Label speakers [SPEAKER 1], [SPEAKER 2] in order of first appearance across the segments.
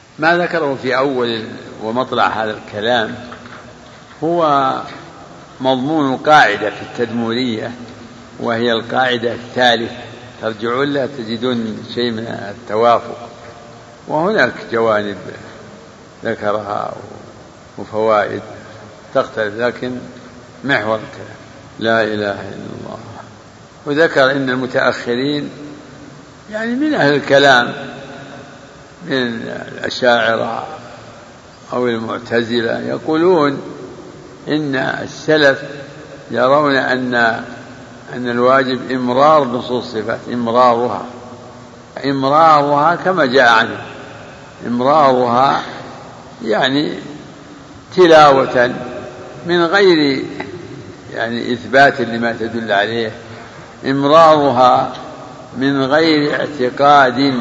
[SPEAKER 1] ما ذكره في أول ومطلع هذا الكلام هو مضمون قاعدة في التدمورية، وهي القاعدة الثالثة، ترجعون لها تجدون شيء من التوافق، وهناك جوانب ذكرها وفوائد تختلف، لكن محور الكلام لا إله إلا الله. وذكر إن المتأخرين يعني من أهل الكلام من الأشاعرة أو المعتزلة يقولون إن السلف يرون أن الواجب إمرار نصوص الصفات، إمرارها كما جاء عنه، إمرارها يعني تلاوة من غير يعني إثبات لما تدل عليه، إمرارها من غير اعتقاد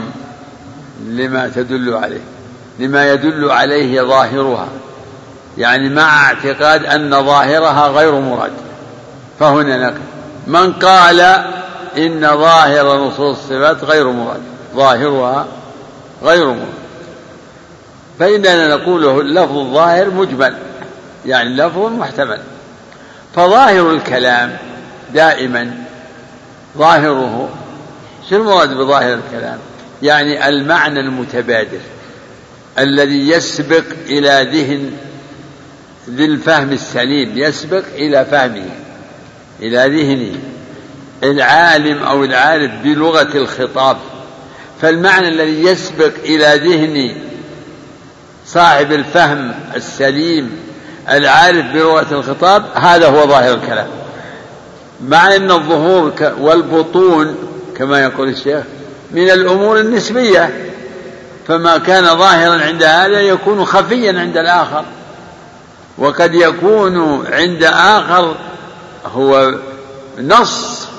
[SPEAKER 1] لما تدل عليه، لما يدل عليه ظاهرها، يعني مع اعتقاد أن ظاهرها غير مراد. فهنا من قال إن ظاهر نصوص الصفات غير مراد، ظاهرها غير مراد، فإننا نقوله اللفظ الظاهر مجمل، يعني لفظ محتمل. فظاهر الكلام دائما ظاهره، شو المراد بظاهر الكلام؟ يعني المعنى المتبادر الذي يسبق إلى ذهن ذي الفهم السليم، يسبق إلى فهمه، إلى ذهنه العالم أو العارف بلغة الخطاب. فالمعنى الذي يسبق إلى ذهن صاحب الفهم السليم العارف بلغة الخطاب، هذا هو ظاهر الكلام. مع أن الظهور والبطون كما يقول الشيخ من الأمور النسبية، فما كان ظاهرا عند هذا يكون خفيا عند الآخر، وقد يكون عند آخر هو نص.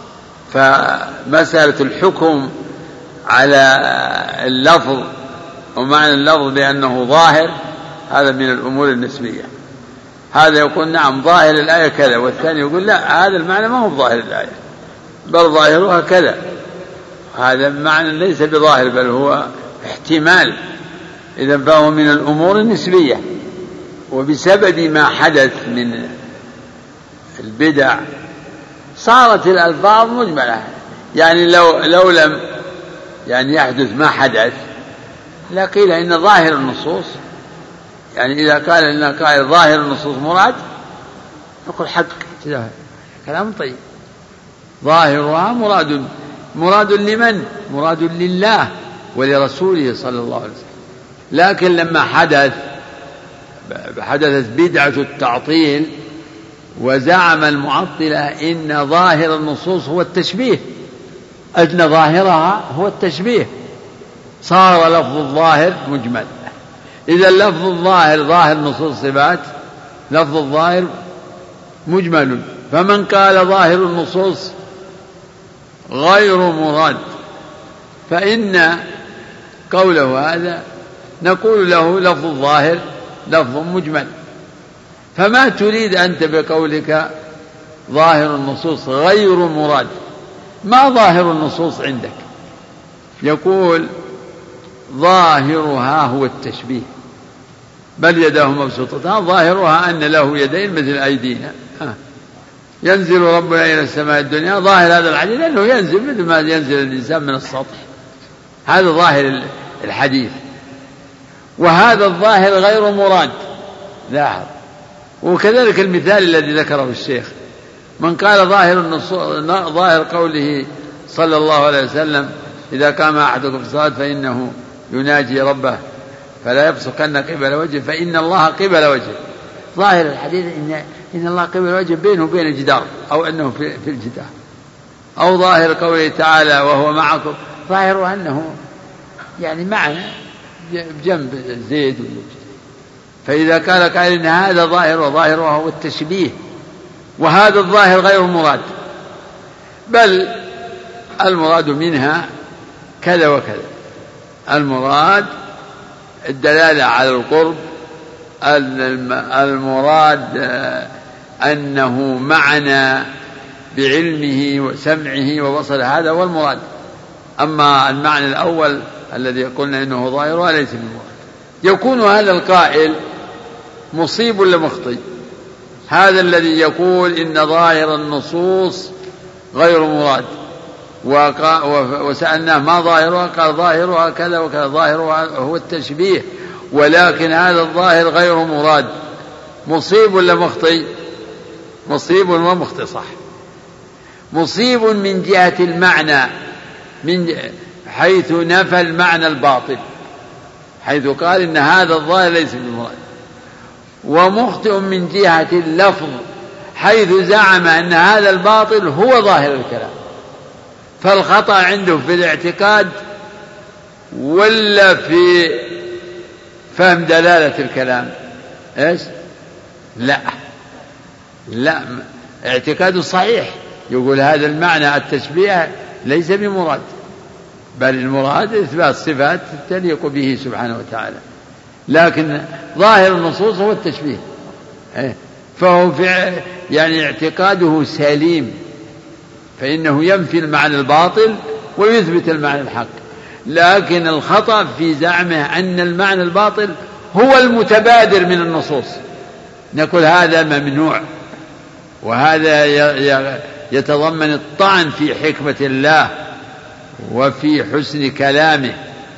[SPEAKER 1] فمسألة الحكم على اللفظ ومعنى اللفظ بأنه ظاهر هذا من الأمور النسبية. هذا يقول نعم ظاهر الآية كذا، والثاني يقول لا، هذا المعنى ما هو ظاهر الآية بل ظاهرها كذا، هذا معنى ليس بظاهر بل هو احتمال. إذن فهو من الأمور النسبية. وبسبب ما حدث من البدع صارت الألفاظ مجملة، يعني لو لم يعني يحدث ما حدث لقيل إن ظاهر النصوص، يعني إذا قال إن قائل ظاهر النصوص مراد نقول حق كلام طيب، ظاهرها مراد لمن؟ مراد لله ولرسوله صلى الله عليه وسلم. لكن لما حدثت بدعة التعطيل وزعم المعطلة إن ظاهر النصوص هو التشبيه، أن ظاهرها هو التشبيه، صار لفظ الظاهر مجمل. إذا لفظ الظاهر ظاهر نصوص الصفات، لفظ الظاهر مجمل. فمن قال ظاهر النصوص غير مراد فإن قوله هذا نقول له لفظ الظاهر لفظ مجمل. فما تريد أنت بقولك ظاهر النصوص غير مراد؟ ما ظاهر النصوص عندك؟ يقول ظاهرها هو التشبيه، بل يداه مبسوطتان، ظاهرها أن له يدين مثل أيدينا. ينزل ربنا إلى السماء الدنيا، ظاهر هذا الحديث أنه ينزل مثل ما ينزل الإنسان من السطح، هذا ظاهر الحديث. وهذا الظاهر غير مراد، لاحظ. وكذلك المثال الذي ذكره الشيخ، من قال ظاهر قوله صلى الله عليه وسلم إذا قام أحدكم في الصلاة فإنه يناجي ربه فلا يبصقن قبل وجهه فإن الله قبل وجهه، ظاهر الحديث إن الله قبل وجهه بينه وبين الجدار، أو أنه في الجدار. أو ظاهر قوله تعالى وهو معكم، ظاهر أنه يعني معنا بجنب زيد ومجد. فإذا قال إن هذا ظاهر وظاهره هو التشبيه، وهذا الظاهر غير مراد، بل المراد منها كذا وكذا. المراد الدلالة على القرب، المراد أنه معنا بعلمه وسمعه وبصره، هذا هو المراد. أما المعنى الأول الذي قلنا إنه ظاهر ليس بالمراد. يكون هذا القائل مصيب ولا مخطئ؟ هذا الذي يقول إن ظاهر النصوص غير مراد، وسألناه ما ظاهرها؟ قال ظاهرها كذا وكذا، ظاهرها هو التشبيه، ولكن هذا الظاهر غير مراد. مصيب ولا مخطئ؟ مصيب ومخطئ، صح. مصيب من جهة المعنى، من حيث نفى المعنى الباطل، حيث قال إن هذا الظاهر ليس بمراد. ومخطئ من جهة اللفظ، حيث زعم أن هذا الباطل هو ظاهر الكلام. فالخطأ عنده في الاعتقاد ولا في فهم دلالة الكلام؟ إيش؟ لا، اعتقاده صحيح، يقول هذا المعنى التشبيه ليس بمراد، بل المراد إثبات صفات تليق به سبحانه وتعالى، لكن ظاهر النصوص هو التشبيه. فهو يعني اعتقاده سليم، فإنه ينفي المعنى الباطل ويثبت المعنى الحق. لكن الخطأ في زعمه أن المعنى الباطل هو المتبادر من النصوص، نقول هذا ممنوع، وهذا يتضمن الطعن في حكمة الله وفي حسن كلامه،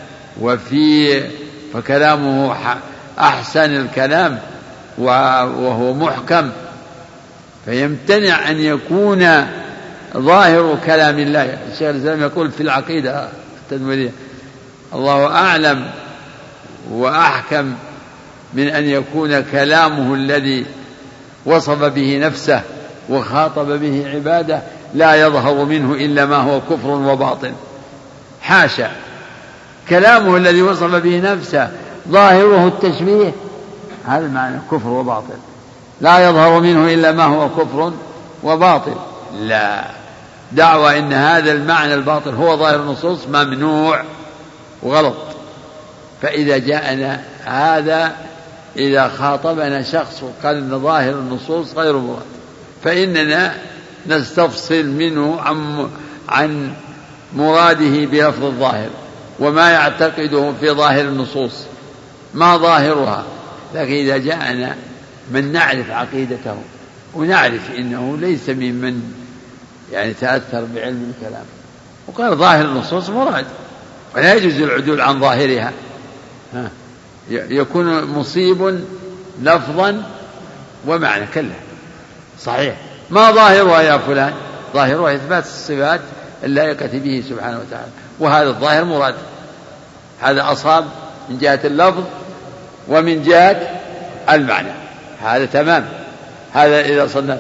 [SPEAKER 1] فكلامه أحسن الكلام وهو محكم، فيمتنع أن يكون ظاهر كلام الله. الشيخ الإسلام يقول في العقيدة التدمرية: الله أعلم وأحكم من أن يكون كلامه الذي وصف به نفسه وخاطب به عباده لا يظهر منه إلا ما هو كفر وباطل. حاشا، كلامه الذي وصف به نفسه ظاهره التشبيه، هذا معنى كفر وباطل، لا يظهر منه إلا ما هو كفر وباطل. لا، دعوى إن هذا المعنى الباطل هو ظاهر النصوص ممنوع وغلط. فإذا جاءنا هذا، إذا خاطبنا شخص وقال إن ظاهر النصوص غير مراد، فإننا نستفصل منه عن مراده بلفظ الظاهر وما يعتقده في ظاهر النصوص، ما ظاهرها. لكن إذا جاءنا من نعرف عقيدته ونعرف إنه ليس ممن يعني تأثر بعلم الكلام وقال ظاهر النصوص مراد ولا يجوز العدول عن ظاهرها، يكون مصيب لفظا ومعنى كله. صحيح، ما ظاهرها يا فلان؟ ظاهرها إثبات الصفات اللائقة به سبحانه وتعالى، وهذا الظاهر مراد. هذا أصاب من جهة اللفظ ومن جهة المعنى، هذا تمام. هذا إذا صدق.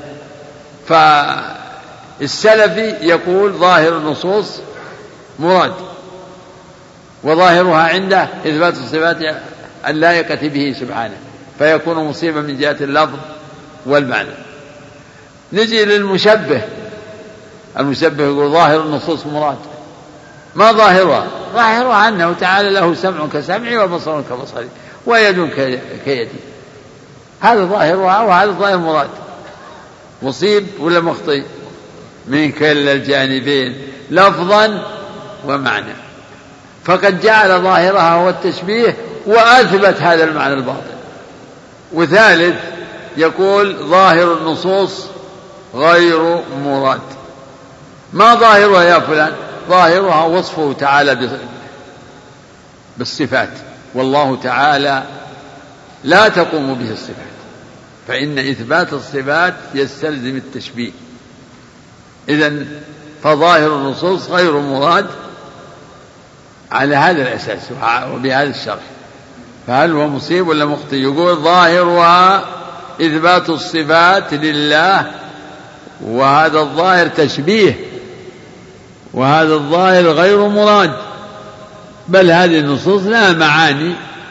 [SPEAKER 1] فالسلفي يقول ظاهر النصوص مراد، وظاهرها عنده إثبات الصفات اللائقة به سبحانه، فيكون مصيبا من جهة اللفظ والمعنى. نجي للمشبه. المشبه يقول ظاهر النصوص مراد، ما ظاهرها؟ ظاهرها أنه تعالى له سمع كسمعي وبصر كبصري ويد كيدي، هذا ظاهرها وهذا ظاهر مراد. مصيب ولا مخطئ؟ من كلا الجانبين لفظا ومعنى. فقد جعل ظاهرها هو التشبيه وأثبت هذا المعنى الباطل. وثالث يقول ظاهر النصوص غير مراد. ما ظاهرها يا فلان؟ ظاهرها وصفه تعالى بالصفات، والله تعالى لا تقوم به الصفات، فإن إثبات الصفات يستلزم التشبيه. إذن فظاهر النصوص غير مراد على هذا الأساس وبهذا الشرح. فهل هو مصيب ولا مخطئ؟ يقول ظاهرها إثبات الصفات لله، وهذا الظاهر تشبيه، وهذا الظاهر غير مراد، بل هذه النصوص لها معاني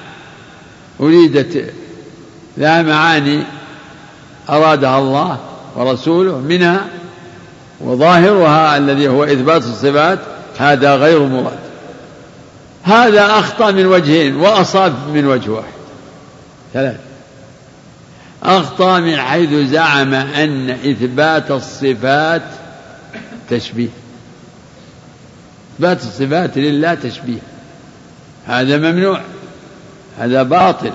[SPEAKER 1] لها معاني أرادها الله ورسوله منها، وظاهرها الذي هو إثبات الصفات هذا غير مراد. هذا أخطأ من وجهين وأصاب من وجه واحد. ثلاث: أخطأ من حيث زعم أن إثبات الصفات تشبيه. إثبات الصفات لله تشبيه، هذا ممنوع، هذا باطل.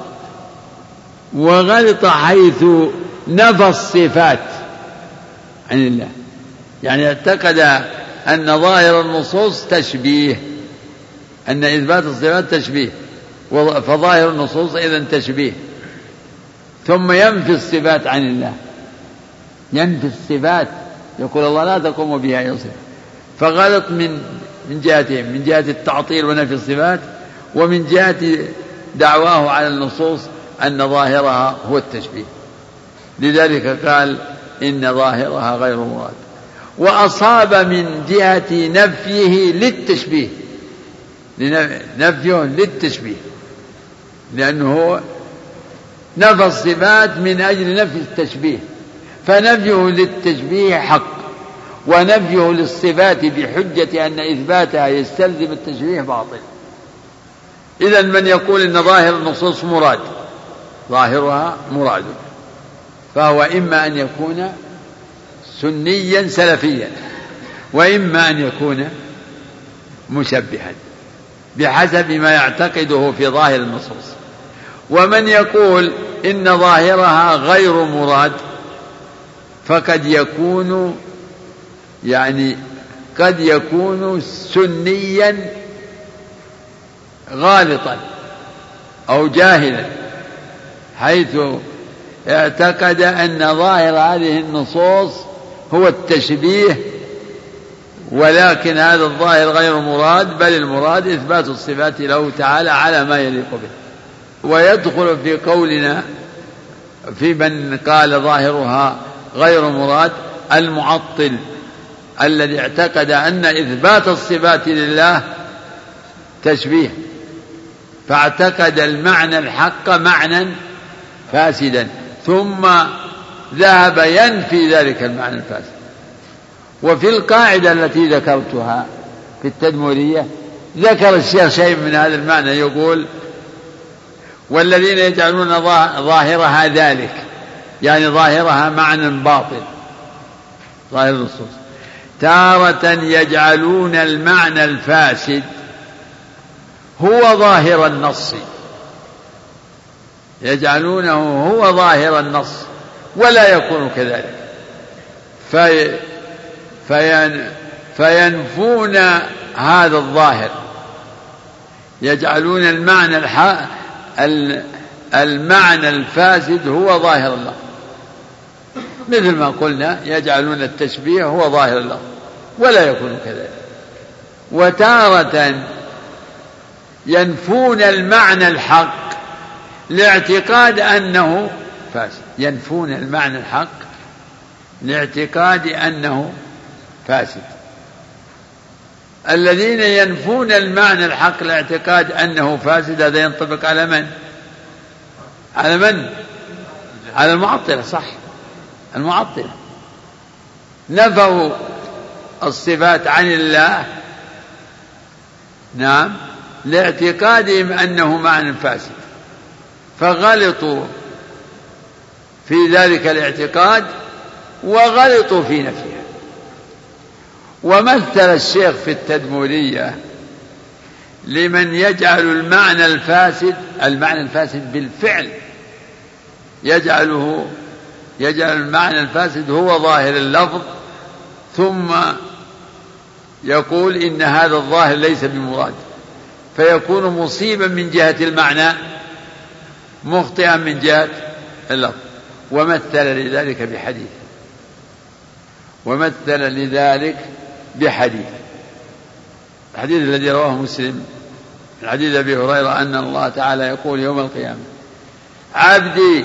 [SPEAKER 1] وغلط حيث نفى الصفات عن الله، يعني اعتقد أن ظاهر النصوص تشبيه، أن إثبات الصفات تشبيه، فظاهر النصوص إذن تشبيه، ثم ينفي الصفات عن الله، ينفي الصفات، يقول الله لا تقوم بها أي صفة. فغلط من جهتين، من جهة التعطيل ونفي الصفات، ومن جهة دعواه على النصوص أن ظاهرها هو التشبيه، لذلك قال إن ظاهرها غير مراد. وأصاب من جهة نفيه للتشبيه، نفيه للتشبيه، لأنه نفى الصفات من أجل نفي التشبيه، فنفيه للتشبيه حق، ونفيه للصفات بحجة أن إثباتها يستلزم التشبيه باطل. إذن من يقول إن ظاهر النصوص مراد، ظاهرها مراد، فهو إما أن يكون سنيا سلفيا، وإما أن يكون مشبها بحسب ما يعتقده في ظاهر النصوص. ومن يقول إن ظاهرها غير مراد فقد يكون قد يكون سنيا غالطا أو جاهلا، حيث اعتقد أن ظاهر هذه النصوص هو التشبيه، ولكن هذا الظاهر غير مراد، بل المراد إثبات الصفات له تعالى على ما يليق به. ويدخل في قولنا في من قال ظاهرها غير مراد المعطل، الذي اعتقد أن إثبات الصفات لله تشبيه، فاعتقد المعنى الحق معنى فاسدا، ثم ذهب ينفي ذلك المعنى الفاسد. وفي القاعدة التي ذكرتها في التدمرية ذكر الشيخ شيء من هذا المعنى، يقول والذين يجعلون ظاهرها ذلك، يعني ظاهرها معنى باطل، ظاهر النصوص، تارة يجعلون المعنى الفاسد هو ظاهر النص، يجعلونه هو ظاهر النص ولا يكون كذلك، فينفون هذا الظاهر، يجعلون المعنى الفاسد هو ظاهر الله، مثل ما قلنا يجعلون التشبيه هو ظاهر الله ولا يكون كذلك. وتارة ينفون المعنى الحق لاعتقاد أنه فاسد، ينفون المعنى الحق لاعتقاد أنه فاسد. الذين ينفون المعنى الحق لاعتقاد أنه فاسد هذا ينطبق على من؟ على من؟ على المعطلة، صح، المعطلة نفوا الصفات عن الله، نعم، لاعتقادهم أنه معنى فاسد، فغلطوا في ذلك الاعتقاد وغلطوا في نفيها. ومثل الشيخ في التدمرية لمن يجعل المعنى الفاسد بالفعل، يجعل المعنى الفاسد هو ظاهر اللفظ، ثم يقول إن هذا الظاهر ليس بمراد، فيكون مصيبا من جهة المعنى مخطئا من جهة اللفظ. ومثل لذلك بحديث الحديث الذي رواه مسلم، الحديث أبي هريرة أن الله تعالى يقول يوم القيامة: عبدي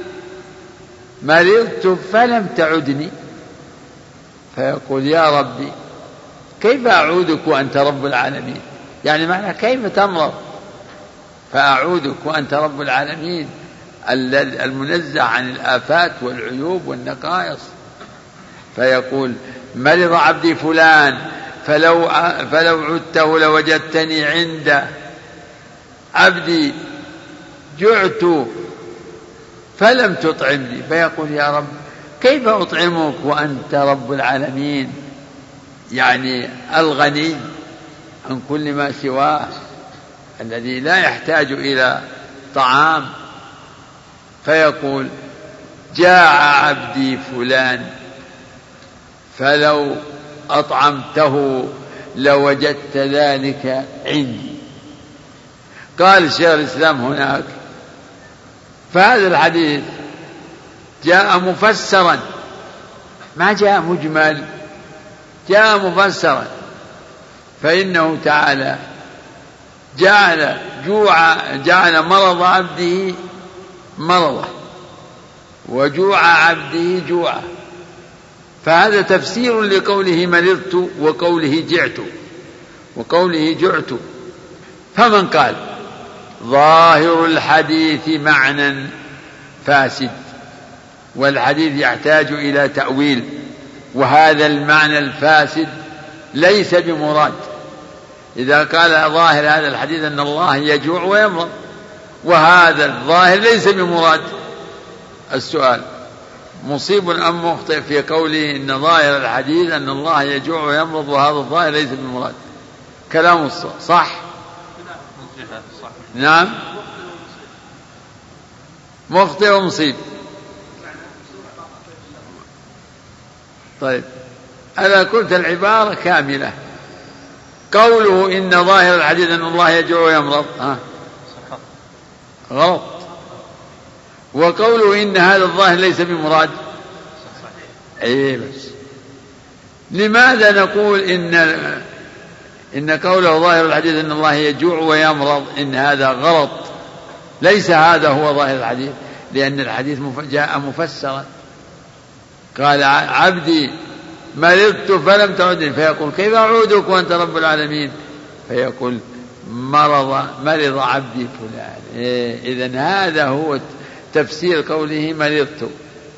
[SPEAKER 1] مرضت فلم تعدني، فيقول: يا ربي كيف أعودك وأنت رب العالمين؟ يعني معنى كيف تمرض فأعودك وأنت رب العالمين المنزه عن الآفات والعيوب والنقائص. فيقول: مرض عبدي فلان فلو عدته لوجدتني عنده. عبدي جعت فلم تطعمني، فيقول: يا رب كيف أطعمك وأنت رب العالمين، يعني الغني عن كل ما سواه، الذي لا يحتاج إلى طعام فيقول جاع عبدي فلان فلو أطعمته لوجدت ذلك عندي. قال شيخ الإسلام هناك فهذا الحديث جاء مفسرا ما جاء مجمل، جاء مفسرا، فإنه تعالى جعل مرض عبده مرضه وجوع عبده جوعه، فهذا تفسير لقوله مرضت وقوله جعت. فمن قال ظاهر الحديث معنى فاسد والحديث يحتاج إلى تأويل، وهذا المعنى الفاسد ليس بمراد. إذا قال ظاهر هذا الحديث أن الله يجوع ويمرض وهذا الظاهر ليس بمراد، السؤال مصيب أم مخطئ في قوله إن ظاهر الحديث أن الله يجوع ويمرض وهذا الظاهر ليس بمراد؟ كلام صح؟ نعم، مخطئ ومصيب. طيب أنا قلت العبارة كاملة. قوله إن ظاهر الحديث أن الله يجوع ويمرض غلط، وقوله إن هذا الظاهر ليس بمراد بس لماذا نقول إن قوله ظاهر الحديث أن الله يجوع ويمرض إن هذا غلط؟ ليس هذا هو ظاهر الحديث، لأن الحديث جاء مفسرا. قال عبدي مرضت فلم تعدني، فيقول كيف أعودك وأنت رب العالمين؟ فيقول مرض عبدي فلان. إذن هذا هو تفسير قوله مرضت،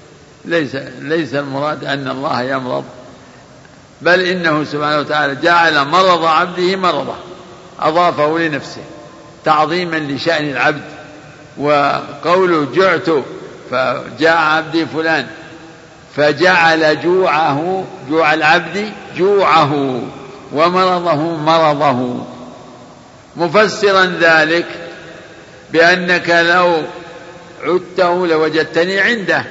[SPEAKER 1] ليس المراد أن الله يمرض، بل إنه سبحانه وتعالى جعل مرض عبده مرضه، أضافه لنفسه تعظيما لشأن العبد. وقوله جعت فجاء عبدي فلان فجعل جوع العبد جوعه ومرضه مرضه، مفسرا ذلك بأنك لو عدته لوجدتني عنده.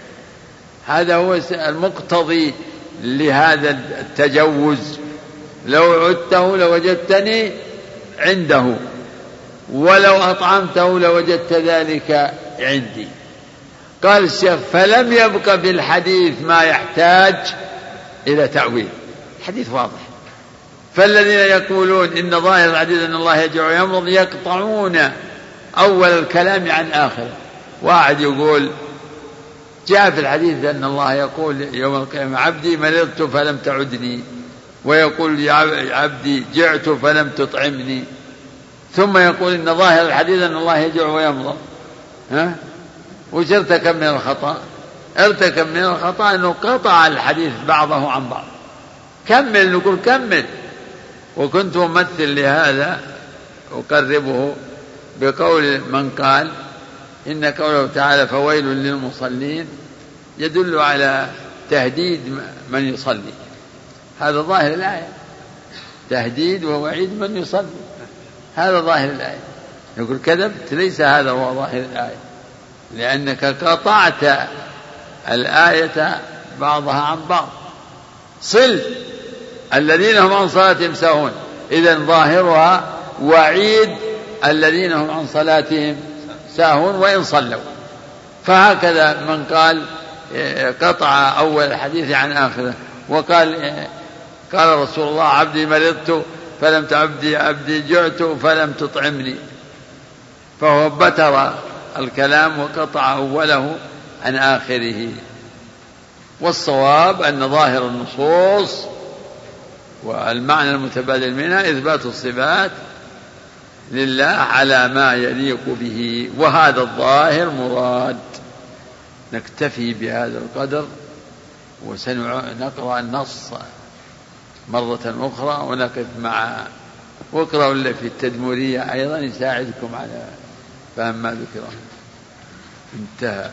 [SPEAKER 1] هذا هو المقتضي لهذا التجوز، لو عدته لوجدتني عنده ولو أطعمته لوجدت ذلك عندي. قال الشيخ فلم يبق بالحديث ما يحتاج إلى تأويل، الحديث واضح. فالذين يقولون إن ظاهر الحديث أن الله يجوع ويمرض يقطعون أول الكلام عن آخره. واحد يقول جاء في الحديث أن الله يقول يوم القيامة عبدي مرضت فلم تعدني، ويقول يا عبدي جعت فلم تطعمني، ثم يقول إن ظاهر الحديث أن الله يجوع ويمرض. وش ارتكب من الخطأ؟ ارتكب من الخطأ أنه قطع الحديث بعضه عن بعض. كمل، نقول كمل. وكنت ممثل لهذا أقربه بقول من قال إن قوله تعالى فويل للمصلين يدل على تهديد من يصلي. هذا ظاهر الآية، تهديد ووعيد من يصلي، هذا ظاهر الآية. يقول كذبت، ليس هذا هو ظاهر الآية، لأنك قطعت الآية بعضها عن بعض. صل الذين هم عن صلاتهم ساهون، إذن ظاهرها وعيد الذين هم عن صلاتهم ساهون وإن صلوا. فهكذا من قال قطع أول الحديث عن آخره وقال قال رسول الله عبدي مرضت فلم تعبدي عبدي جعت فلم تطعمني، فهو بتر الكلام وقطع أوله عن آخره. والصواب أن ظاهر النصوص والمعنى المتبادل منها إثبات الصفات لله على ما يليق به، وهذا الظاهر مراد. نكتفي بهذا القدر وسنقرأ النص مرة أخرى ونقف مع واقرأوا اللي في التدمرية أيضا يساعدكم على فهم ما ذكره. انتهى.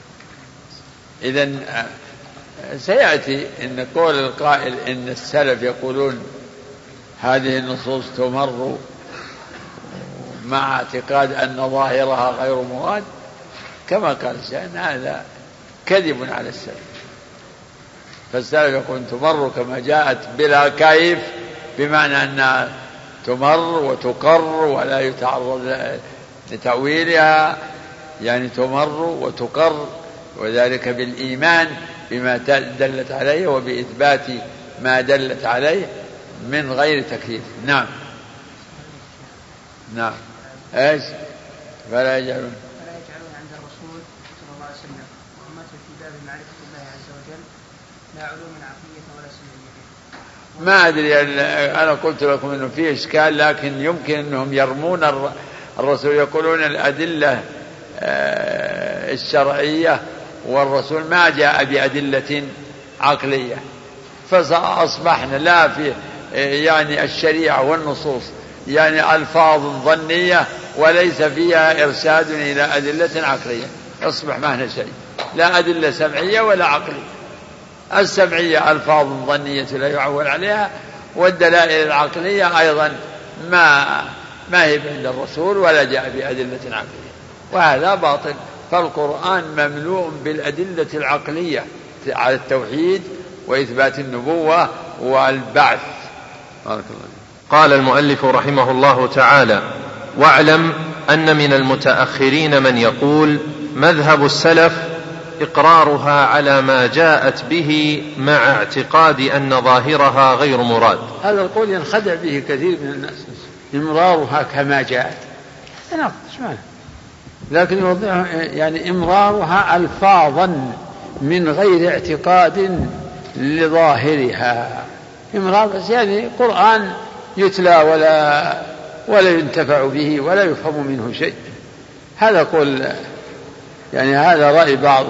[SPEAKER 1] إذن سيأتي إن قول القائل إن السلف يقولون هذه النصوص تمر مع اعتقاد أن ظاهرها غير مراد كما قال الشيخ هذا كذب على السلف. فالسلف يقول تمر كما جاءت بلا كيف، بمعنى أنها تمر وتقر ولا يتعرض لتأويلها، يعني تمر وتقر، وذلك بالإيمان بما دلت عليه وبإثبات ما دلت عليه من غير تكييف. نعم نعم. ايش؟ فلا يجعلون
[SPEAKER 2] عند الرسول صلى الله عليه وسلم وأمته في باب معرفة الله عز وجل لا علوم عقلية ولا سمعية.
[SPEAKER 1] ما أدري، أنا قلت لكم أنه فيه إشكال، لكن يمكن أنهم يرمون الرسول، يقولون الأدلة الشرعية والرسول ما جاء بأدلة عقلية، فأصبحنا لا في يعني الشريعة والنصوص يعني ألفاظ ظنية وليس فيها إرشاد إلى أدلة عقلية، أصبح ما هنا شيء، لا أدلة سمعية ولا عقلية. السمعية ألفاظ ظنية لا يعول عليها، والدلائل العقلية أيضا ما هي عند الرسول ولا جاء بأدلة عقلية، وهذا باطل. فالقرآن مملوء بالأدلة العقلية على التوحيد وإثبات النبوة والبعث. بارك الله.
[SPEAKER 3] قال المؤلف رحمه الله تعالى: واعلم أن من المتأخرين من يقول مذهب السلف إقرارها على ما جاءت به مع اعتقاد أن ظاهرها غير مراد.
[SPEAKER 1] هذا القول ينخدع به كثير من الناس، إمرارها كما جاءت، لكن يوضح يعني إمرارها ألفاظا من غير اعتقاد لظاهرها. إمرار بس يعني قرآن يتلى ولا ينتفع به ولا يفهم منه شيء. هذا قول يعني هذا رأي بعض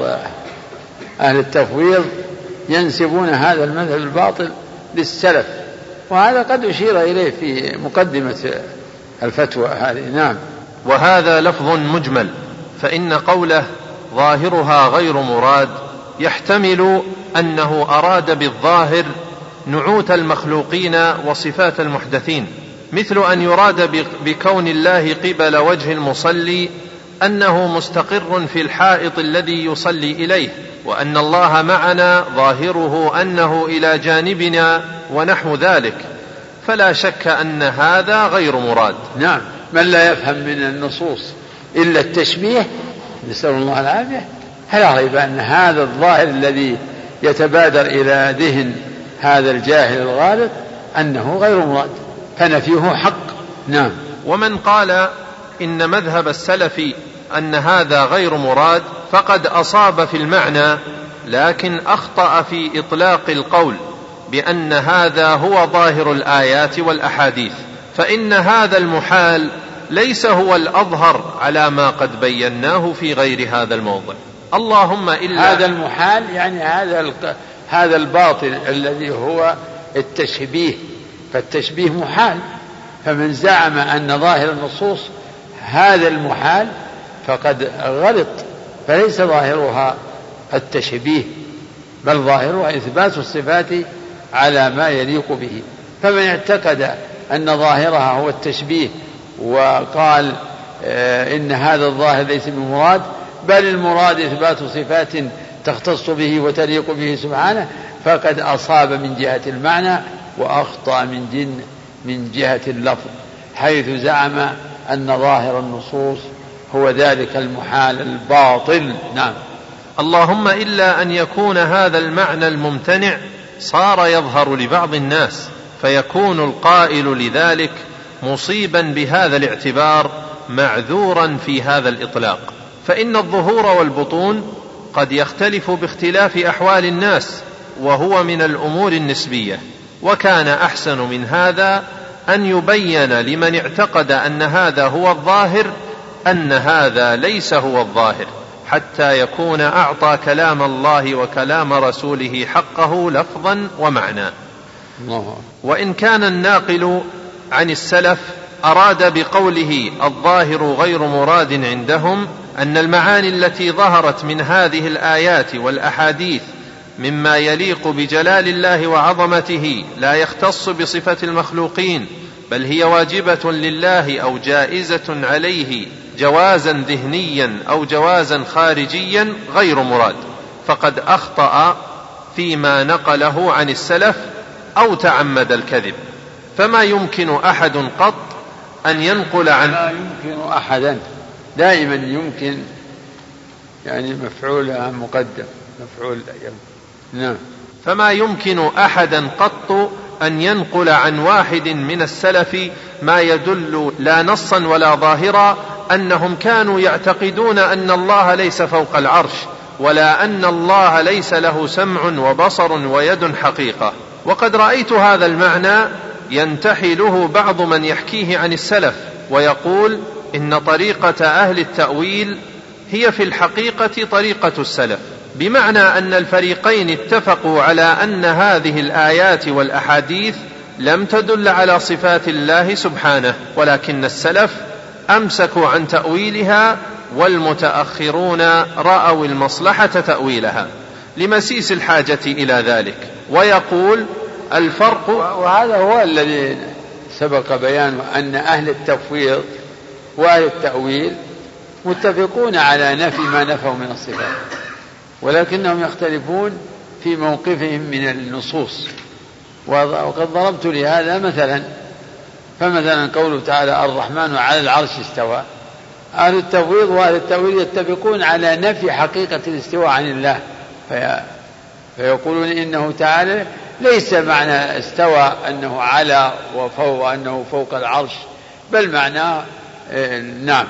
[SPEAKER 1] أهل التفويض، ينسبون هذا المذهب الباطل للسلف، وهذا قد أشير إليه في مقدمة الفتوى هذه. نعم.
[SPEAKER 3] وهذا لفظ مجمل، فإن قوله ظاهرها غير مراد يحتمل أنه أراد بالظاهر نعوت المخلوقين وصفات المحدثين، مثل أن يراد بكون الله قبل وجه المصلي أنه مستقر في الحائط الذي يصلي إليه، وأن الله معنا ظاهره أنه إلى جانبنا ونحو ذلك، فلا شك أن هذا غير مراد.
[SPEAKER 1] نعم. من لا يفهم من النصوص إلا التشبيه، نسأل الله العافية، فلا ريب أن هذا الظاهر الذي يتبادر إلى ذهن هذا الجاهل الغالط أنه غير مراد، فنفيه حق. نعم.
[SPEAKER 3] ومن قال إن مذهب السلف أن هذا غير مراد فقد أصاب في المعنى، لكن أخطأ في إطلاق القول بأن هذا هو ظاهر الآيات والأحاديث، فإن هذا المحال ليس هو الأظهر على ما قد بيناه في غير هذا الموضع. اللهم إلا
[SPEAKER 1] هذا المحال يعني هذا الباطل الذي هو التشبيه، فالتشبيه محال، فمن زعم أن ظاهر النصوص هذا المحال فقد غلط، فليس ظاهرها التشبيه، بل ظاهرها إثبات الصفات على ما يليق به. فمن اعتقد أن ظاهرها هو التشبيه وقال إن هذا الظاهر ليس بمراد، بل المراد إثبات صفات تختص به وتليق به سبحانه، فقد أصاب من جهة المعنى وأخطأ من جهة اللفظ، حيث زعم أن ظاهر النصوص هو ذلك المحال الباطل. نعم.
[SPEAKER 3] اللهم إلا أن يكون هذا المعنى الممتنع صار يظهر لبعض الناس، فيكون القائل لذلك مصيبا بهذا الاعتبار معذورا في هذا الإطلاق، فإن الظهور والبطون قد يختلف باختلاف أحوال الناس، وهو من الأمور النسبية. وكان أحسن من هذا أن يبين لمن اعتقد أن هذا هو الظاهر أن هذا ليس هو الظاهر، حتى يكون أعطى كلام الله وكلام رسوله حقه لفظا ومعنى. وإن كان الناقل عن السلف أراد بقوله الظاهر غير مراد عندهم أن المعاني التي ظهرت من هذه الآيات والأحاديث مما يليق بجلال الله وعظمته لا يختص بصفة المخلوقين، بل هي واجبة لله أو جائزة عليه جوازا ذهنيا أو جوازا خارجيا غير مراد، فقد أخطأ فيما نقله عن السلف أو تعمد الكذب. فما يمكن أحد قط أن ينقل عن
[SPEAKER 1] لا يمكن أحدا، دائما يمكن يعني مفعولها مقدم مفعول. نعم.
[SPEAKER 3] فما يمكن أحدا قط أن ينقل عن واحد من السلف ما يدل لا نصا ولا ظاهرا أنهم كانوا يعتقدون أن الله ليس فوق العرش، ولا أن الله ليس له سمع وبصر ويد حقيقة. وقد رأيت هذا المعنى ينتحله بعض من يحكيه عن السلف ويقول إن طريقة أهل التأويل هي في الحقيقة طريقة السلف، بمعنى أن الفريقين اتفقوا على أن هذه الآيات والأحاديث لم تدل على صفات الله سبحانه، ولكن السلف أمسكوا عن تأويلها والمتأخرون رأوا المصلحة تأويلها لمسيس الحاجة إلى ذلك. ويقول الفرق،
[SPEAKER 1] وهذا هو الذي سبق بيانه، أن أهل التفويض وأهل التأويل متفقون على نفي ما نفوا من الصفات، ولكنهم يختلفون في موقفهم من النصوص. وقد ضربت لهذا مثلا، فمثلا قوله تعالى الرحمن على العرش استوى، أهل التفويض وأهل التأويل يتفقون على نفي حقيقة الاستواء عن الله، فيقولون إنه تعالى ليس معنى استوى أنه على وفوق أنه فوق العرش، بل معناه نعم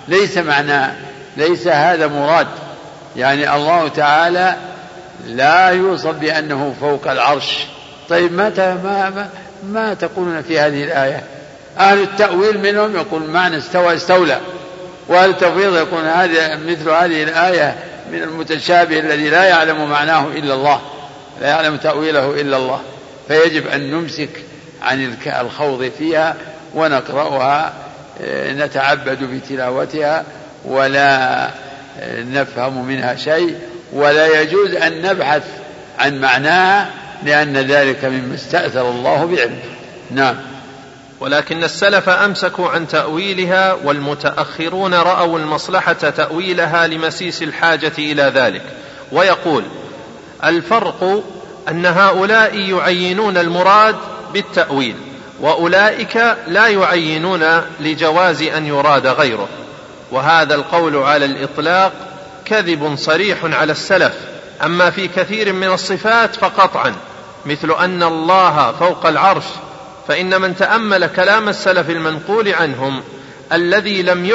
[SPEAKER 1] ليس هذا مراد، يعني الله تعالى لا يوصف بأنه فوق العرش. طيب ما تقولون في هذه الآية؟ أهل التأويل منهم يقول معنى استوى استولى، وأهل التفويض يقول هذا مثل هذه الآية من المتشابه الذي لا يعلم معناه إلا الله، لا يعلم تأويله إلا الله، فيجب أن نمسك عن الخوض فيها ونقرأها نتعبد بتلاوتها ولا نفهم منها شيء، ولا يجوز أن نبحث عن معناها لأن ذلك مما استأثر الله بعلمه. نعم.
[SPEAKER 3] ولكن السلف أمسكوا عن تأويلها والمتأخرون رأوا المصلحة تأويلها لمسيس الحاجة إلى ذلك. ويقول الفرق أن هؤلاء يعينون المراد بالتأويل، وأولئك لا يعينون لجواز أن يراد غيره، وهذا القول على الإطلاق كذب صريح على السلف. أما في كثير من الصفات فقطعا، مثل أن الله فوق العرش، فإن من تأمل كلام السلف المنقول عنهم الذي لم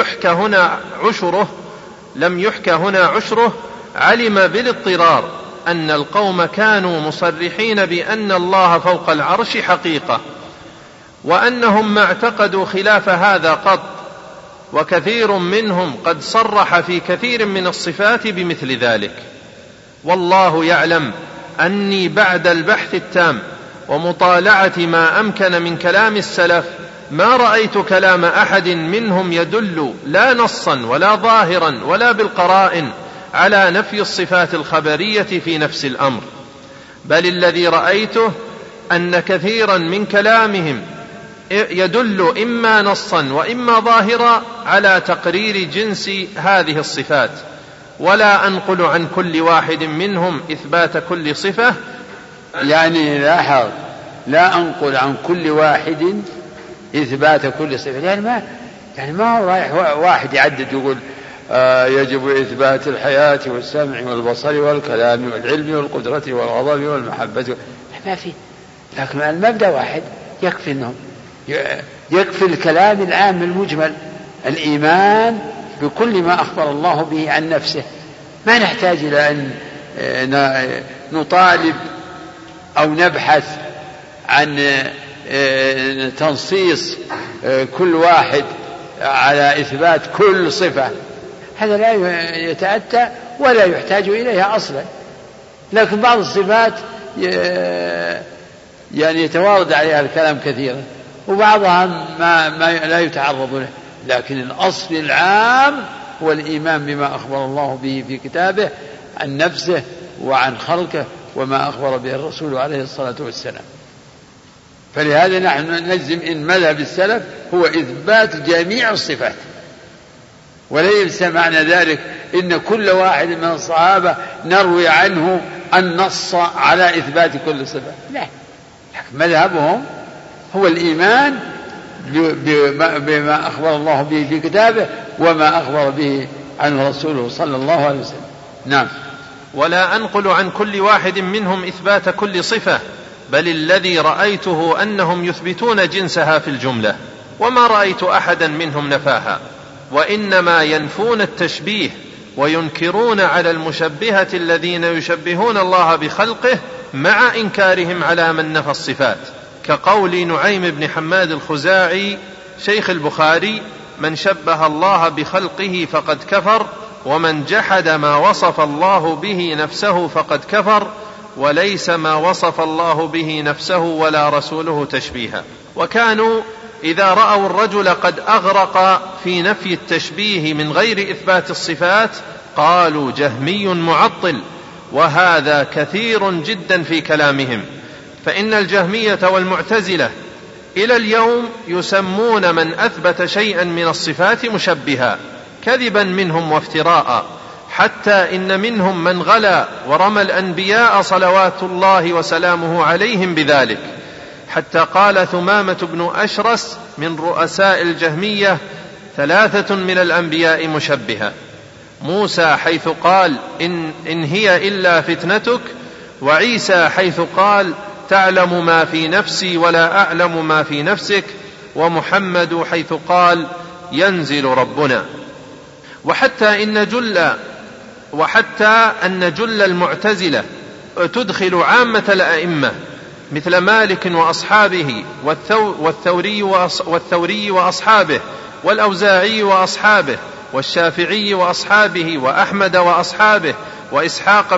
[SPEAKER 3] يحكى هنا عشره علم بالاضطرار أن القوم كانوا مصرحين بأن الله فوق العرش حقيقة، وأنهم ما اعتقدوا خلاف هذا قط، وكثير منهم قد صرح في كثير من الصفات بمثل ذلك. والله يعلم أني بعد البحث التام ومطالعة ما أمكن من كلام السلف ما رأيت كلام أحد منهم يدل لا نصا ولا ظاهرا ولا بالقرائن على نفي الصفات الخبرية في نفس الأمر، بل الذي رأيته أن كثيرا من كلامهم يدل إما نصا وإما ظاهرا على تقرير جنس هذه الصفات، ولا أنقل عن كل واحد منهم إثبات كل صفة.
[SPEAKER 1] يعني لاحظ، لا أنقل عن كل واحد إثبات كل صفة، يعني ما هو رايح واحد يعدد يقول يجب إثبات الحياة والسمع والبصر والكلام والعلم والقدرة والغضب والمحبة، ما في. لكن المبدأ واحد يكفي، إنهم يكفي الكلام العام المجمل، الإيمان بكل ما أخبر الله به عن نفسه، ما نحتاج إلى أن نطالب أو نبحث عن تنصيص كل واحد على إثبات كل صفة، هذا لا يتأتى ولا يحتاج إليها أصلا. لكن بعض الصفات يعني يتوارد عليها الكلام كثيرا، وبعضها ما لا يتعرض له، لكن الأصل العام هو الإيمان بما أخبر الله به في كتابه عن نفسه وعن خلقه وما أخبر به الرسول عليه الصلاة والسلام. فلهذا نحن نجزم إن مذهب السلف هو إثبات جميع الصفات، وليس معنى ذلك إن كل واحد من الصحابة نروي عنه النص على إثبات كل صفة، لا، مذهبهم هو الإيمان بما أخبر الله به في كتابه وما أخبر به عنه رسوله صلى الله عليه وسلم. نعم.
[SPEAKER 3] ولا أنقل عن كل واحد منهم إثبات كل صفة، بل الذي رأيته أنهم يثبتون جنسها في الجملة، وما رأيت أحدا منهم نفاها، وإنما ينفون التشبيه وينكرون على المشبهة الذين يشبهون الله بخلقه مع إنكارهم على من نفى الصفات، كقول نعيم بن حماد الخزاعي شيخ البخاري: من شبه الله بخلقه فقد كفر، ومن جحد ما وصف الله به نفسه فقد كفر، وليس ما وصف الله به نفسه ولا رسوله تشبيها. وكانوا إذا رأوا الرجل قد أغرق في نفي التشبيه من غير إثبات الصفات قالوا جهمي معطل، وهذا كثير جدا في كلامهم، فإن الجهمية والمعتزلة إلى اليوم يسمون من أثبت شيئا من الصفات مشبها، كذبا منهم وافتراء، حتى إن منهم من غلا ورمى الأنبياء صلوات الله وسلامه عليهم بذلك، حتى قال ثمامة بن أشرس من رؤساء الجهمية: 3 من الأنبياء مشبهة، موسى حيث قال إن هي إلا فتنتك، وعيسى حيث قال تعلم ما في نفسي ولا أعلم ما في نفسك، ومحمد حيث قال ينزل ربنا. وحتى أن جل المعتزلة تدخل عامة الأئمة مثل مالك وأصحابه والثوري وأصحابه والأوزاعي وأصحابه والشافعي وأصحابه وأحمد وأصحابه وإسحاق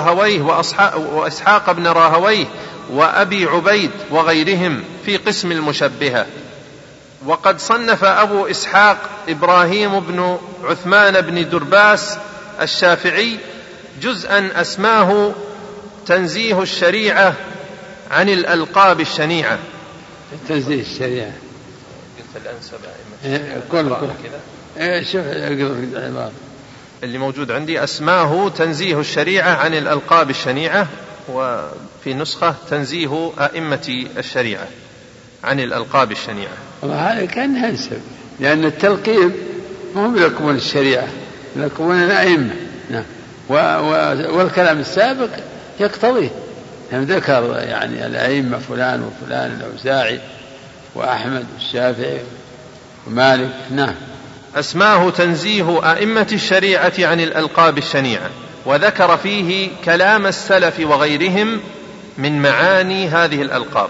[SPEAKER 3] بن راهويه وأبي عبيد وغيرهم في قسم المشبهة. وقد صنف أبو إسحاق إبراهيم بن عثمان بن درباس الشافعي جزءا أسماه تنزيه الشريعة عن الألقاب الشنيعة.
[SPEAKER 1] تنزيه الشريعة
[SPEAKER 3] قلت الأنسب
[SPEAKER 1] شوف العبارة
[SPEAKER 3] اللي موجود عندي، أسماه تنزيه الشريعة عن الألقاب الشنيعة، وفي نسخة تنزيه أئمة الشريعة عن الألقاب الشنيعة.
[SPEAKER 1] هذا كان هنسب، لأن التلقيب هم يلقبون الشريعة، يلقبون الأئمة. نعم. والكلام السابق يقتضيه، يعني ذكر يعني الأئمة فلان وفلان، الأوزاعي وأحمد والشافعي ومالك. نعم.
[SPEAKER 3] أسماه تنزيه أئمة الشريعة عن الألقاب الشنيعة، وذكر فيه كلام السلف وغيرهم من معاني هذه الألقاب.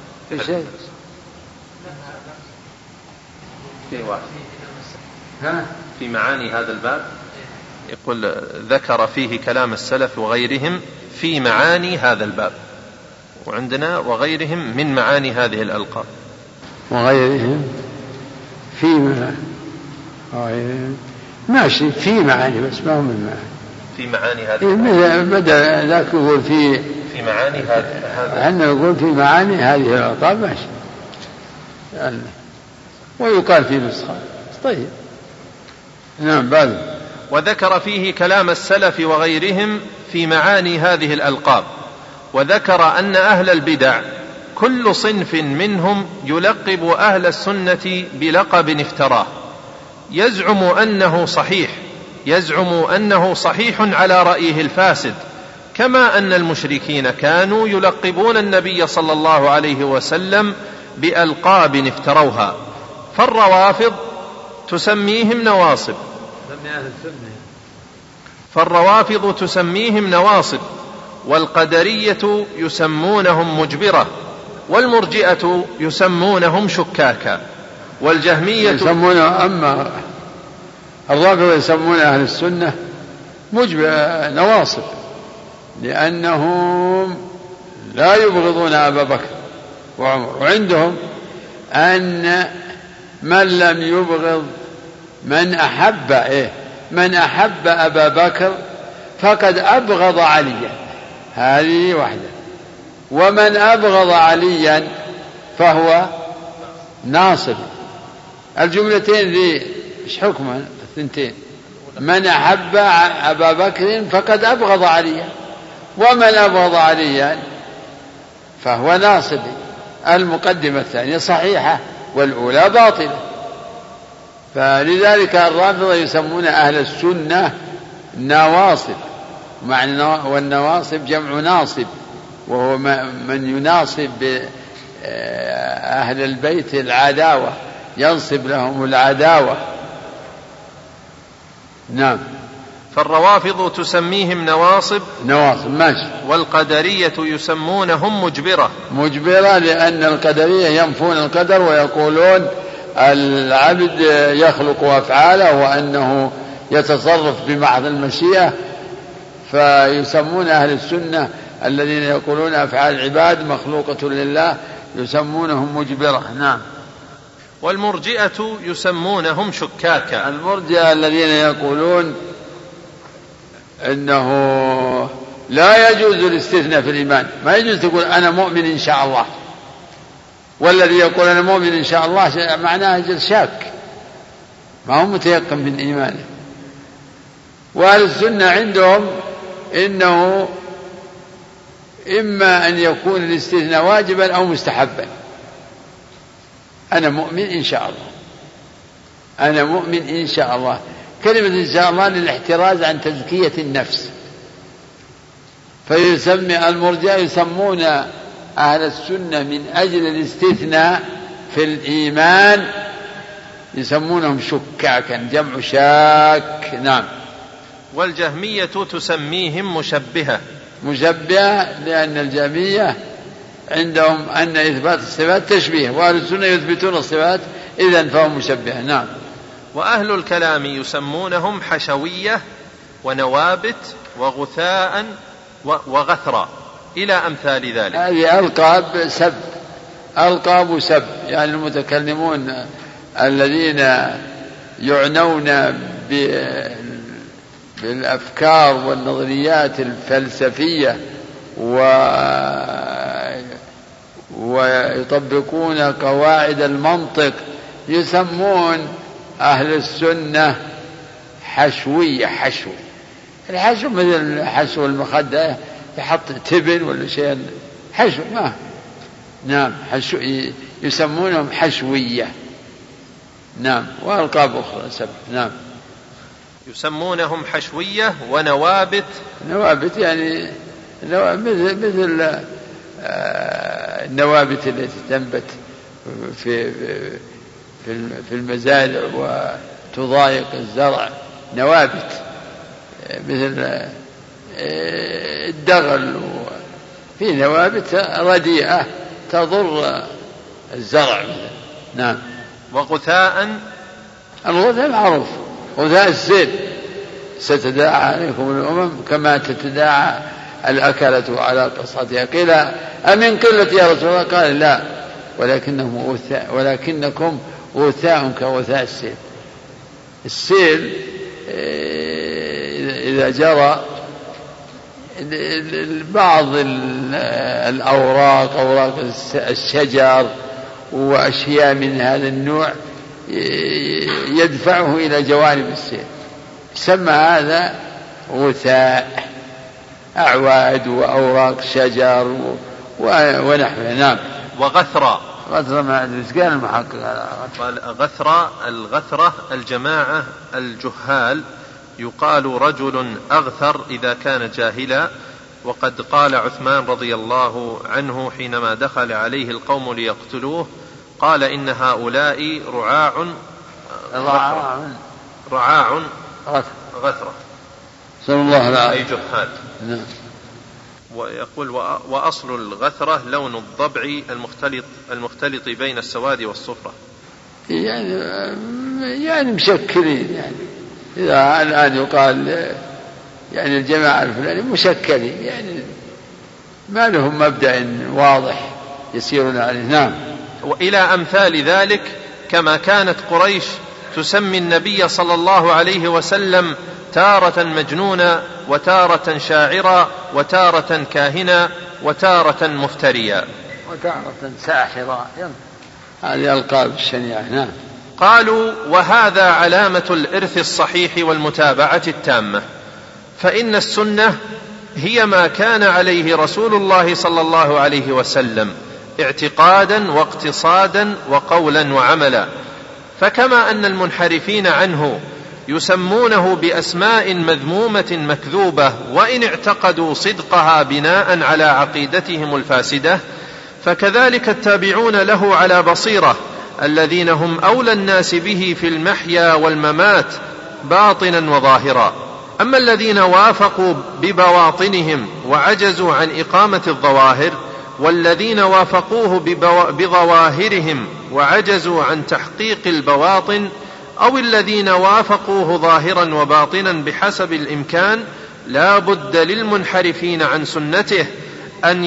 [SPEAKER 3] في معاني هذا الباب يقول ذكر فيه كلام السلف وغيرهم في معاني هذا الباب، وعندنا وغيرهم من معاني هذه الألقاب.
[SPEAKER 1] وغيرهم ماشي في معاني، بس ما هو من معاني.
[SPEAKER 3] في معاني هذه
[SPEAKER 1] بدأ ذاك يقول في
[SPEAKER 3] معاني هذا
[SPEAKER 1] عندنا يقول في معاني هذه الألقاب، ماشي يعني. ويقال في نسخة. طيب. نعم. بعد.
[SPEAKER 3] وذكر فيه كلام السلف وغيرهم في معاني هذه الألقاب، وذكر أن أهل البدع كل صنف منهم يلقب أهل السنة بلقب افتراه، يزعم أنه صحيح على رأيه الفاسد، كما أن المشركين كانوا يلقبون النبي صلى الله عليه وسلم بألقاب افتروها، فالروافض تسميهم نواصب، والقدرية يسمونهم مجبرة، والمرجئة يسمونهم شكاكا، والجهمية
[SPEAKER 1] يسمونه، أما الرافضة يسمون أهل السنة نواصب، لأنهم لا يبغضون أبا بكر وعمر، وعندهم أن من لم يبغض من أحب أبا بكر فقد أبغض عليا، هذه واحدة، ومن أبغض عليا فهو ناصب. الجملتين ذي ايش حكمها الثنتين؟ من أحب أبا بكر فقد أبغض عليا، ومن أبغض عليا فهو ناصب. المقدمة الثانية صحيحة والأولى باطلة. فلذلك الرافضة يسمون أهل السنة نواصب، والنواصب جمع ناصب، وهو من يناصب أهل البيت العداوة، ينصب لهم العداوة. نعم.
[SPEAKER 3] فالروافض تسميهم نواصب
[SPEAKER 1] ماشي.
[SPEAKER 3] والقدرية يسمونهم مجبرة
[SPEAKER 1] لأن القدرية ينفون القدر ويقولون العبد يخلق أفعاله وأنه يتصرف بمحض المشيئة، فيسمون أهل السنة الذين يقولون أفعال العباد مخلوقة لله يسمونهم مجبرة. نعم.
[SPEAKER 3] والمرجئة يسمونهم شكاكا.
[SPEAKER 1] المرجئة الذين يقولون إنه لا يجوز الاستثناء في الإيمان، ما يجوز تقول أنا مؤمن إن شاء الله، والذي يقول أنا مؤمن إن شاء الله معناه شاك، ما هو متيقن من إيمانه. وأهل السنة عندهم إنه إما أن يكون الاستثناء واجبا أو مستحبا. أنا مؤمن إن شاء الله، أنا مؤمن إن شاء الله. كلمة إن شاء الله للاحتراز عن تزكية النفس. فيسمي المرجئة يسمون أهل السنة من أجل الاستثناء في الإيمان يسمونهم شكاكا، جمع شاك. نعم.
[SPEAKER 3] والجهمية تسميهم مشبهة
[SPEAKER 1] لأن الجهمية عندهم أن إثبات الصفات تشبيه، وأهل السنة يثبتون الصفات، إذن فهم مشبهة. نعم.
[SPEAKER 3] وأهل الكلام يسمونهم حشوية ونوابت وغثاء وغثرا إلى أمثال ذلك.
[SPEAKER 1] هذه ألقاب سب، يعني المتكلمون الذين يعنون بالأفكار والنظريات الفلسفية ويطبقون قواعد المنطق يسمون أهل السنة حشوية. الحشو مثل حشو المخدة، يحط تبن ولا شيء حشو ما. نعم. يسمونهم حشوية. نعم. وألقاب أخرى سبب. نعم.
[SPEAKER 3] يسمونهم حشوية ونوابت
[SPEAKER 1] يعني مثل النوابت التي تنبت في المزارع وتضايق الزرع، نوابت مثل الدغل، في نوابت رديئة تضر الزرع. نعم.
[SPEAKER 3] وغثاء،
[SPEAKER 1] الغثاء معروف، غثاء السيل، ستداعى عليكم الأمم كما تتداعى الأكلة على قصتها. قيل أمن قلة يا رسول الله؟ قال لا، ولكنكم غثاء كغثاء السيل. السيل إذا جرى بعض الأوراق، أوراق الشجر وأشياء من هذا النوع يدفعه إلى جوانب السيل، يسمى هذا غثاء، أعواد وأوراق شجر ونحوه. نعم.
[SPEAKER 3] وغثرة
[SPEAKER 1] ما أدري إيش قال المحقق.
[SPEAKER 3] قال الغثرة الجماعة الجهال، يقال رجل أغثر إذا كان جاهلا. وقد قال عثمان رضي الله عنه حينما دخل عليه القوم ليقتلوه، قال إن هؤلاء رعاع غثرة،
[SPEAKER 1] صلى الله عليه
[SPEAKER 3] أي جهال.
[SPEAKER 1] نعم.
[SPEAKER 3] ويقول وأصل الغثرة لون الضبع المختلط بين السواد والصفرة،
[SPEAKER 1] يعني مشكلين، يعني إذا الآن يقال يعني الجماعة الفلاني مشكلين، يعني ما لهم مبدأ واضح يسيرون عليه. نعم.
[SPEAKER 3] وإلى أمثال ذلك، كما كانت قريش تسمي النبي صلى الله عليه وسلم تارة مجنونا وتارة شاعرا وتارة كاهنا وتارة مفتريا.
[SPEAKER 1] وتارة ساحرا، هذه ألقاب الشنيعة. نعم.
[SPEAKER 3] قالوا: وهذا علامة الإرث الصحيح والمتابعة التامة، فإن السنة هي ما كان عليه رسول الله صلى الله عليه وسلم اعتقادا واقتصادا وقولا وعملا، فكما أن المنحرفين عنه يسمونه بأسماء مذمومة مكذوبة وإن اعتقدوا صدقها بناء على عقيدتهم الفاسدة، فكذلك التابعون له على بصيرة الذين هم أولى الناس به في المحيا والممات باطنا وظاهرا. أما الذين وافقوا ببواطنهم وعجزوا عن إقامة الظواهر، والذين وافقوه بظواهرهم وعجزوا عن تحقيق البواطن، أو الذين وافقوه ظاهرا وباطنا بحسب الإمكان، لا بد للمنحرفين عن سنته أن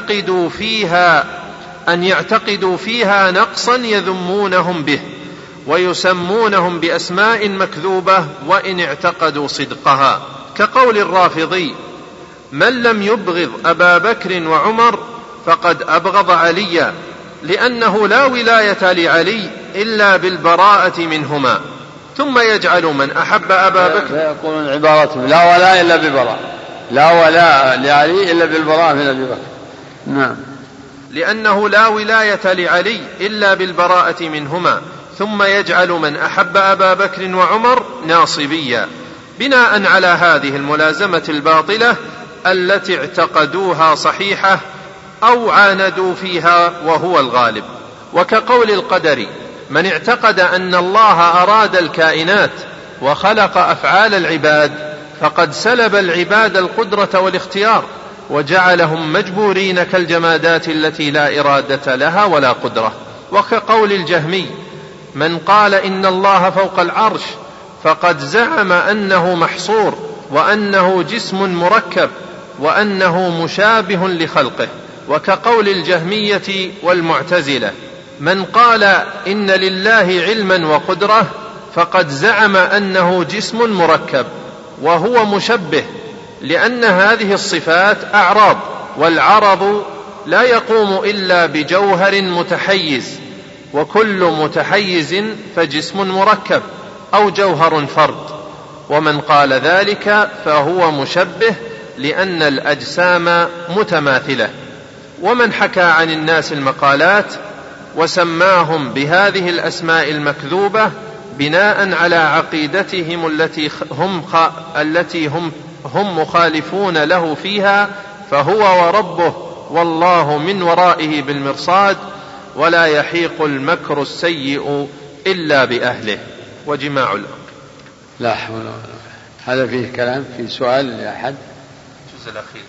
[SPEAKER 3] يعتقدوا فيها نقصا يذمونهم به ويسمونهم بأسماء مكذوبة وإن اعتقدوا صدقها، كقول الرافضي: من لم يبغض أبا بكر وعمر فقد أبغض عليا، لأنه لا ولاية لعلي إلا بالبراءة منهما. ثم يجعل من أحب أبا بكر،
[SPEAKER 1] يقولون عبارتهم: لا ولاء إلا ببراء، لا ولاء لعلي إلا بالبراءة من أبي بكر. نعم.
[SPEAKER 3] لأنه لا ولاية لعلي إلا بالبراءة منهما. ثم يجعل من أحب أبا بكر وعمر ناصبيا، بناء على هذه الملازمة الباطلة التي اعتقدوها صحيحة أو عاندوا فيها وهو الغالب. وكقول القدر: من اعتقد أن الله أراد الكائنات وخلق أفعال العباد فقد سلب العباد القدرة والاختيار وجعلهم مجبورين كالجمادات التي لا إرادة لها ولا قدرة. وكقول الجهمي: من قال إن الله فوق العرش فقد زعم أنه محصور وأنه جسم مركب وأنه مشابه لخلقه. وكقول الجهمية والمعتزلة: من قال إن لله علما وقدرة فقد زعم أنه جسم مركب وهو مشبه، لأن هذه الصفات أعراض، والعرض لا يقوم إلا بجوهر متحيز، وكل متحيز فجسم مركب أو جوهر فرد. ومن قال ذلك فهو مشبه، لأن الأجسام متماثلة. ومن حكى عن الناس المقالات وسماهم بهذه الأسماء المكذوبة بناء على عقيدتهم التي هم مخالفون له فيها، فهو وربه والله من ورائه بالمرصاد، ولا يحيق المكر السيء إلا بأهله. وجماع الأمر.
[SPEAKER 1] لا حول ولا قوة. هذا فيه كلام، في سؤال لأحد؟
[SPEAKER 3] الجزء الأخير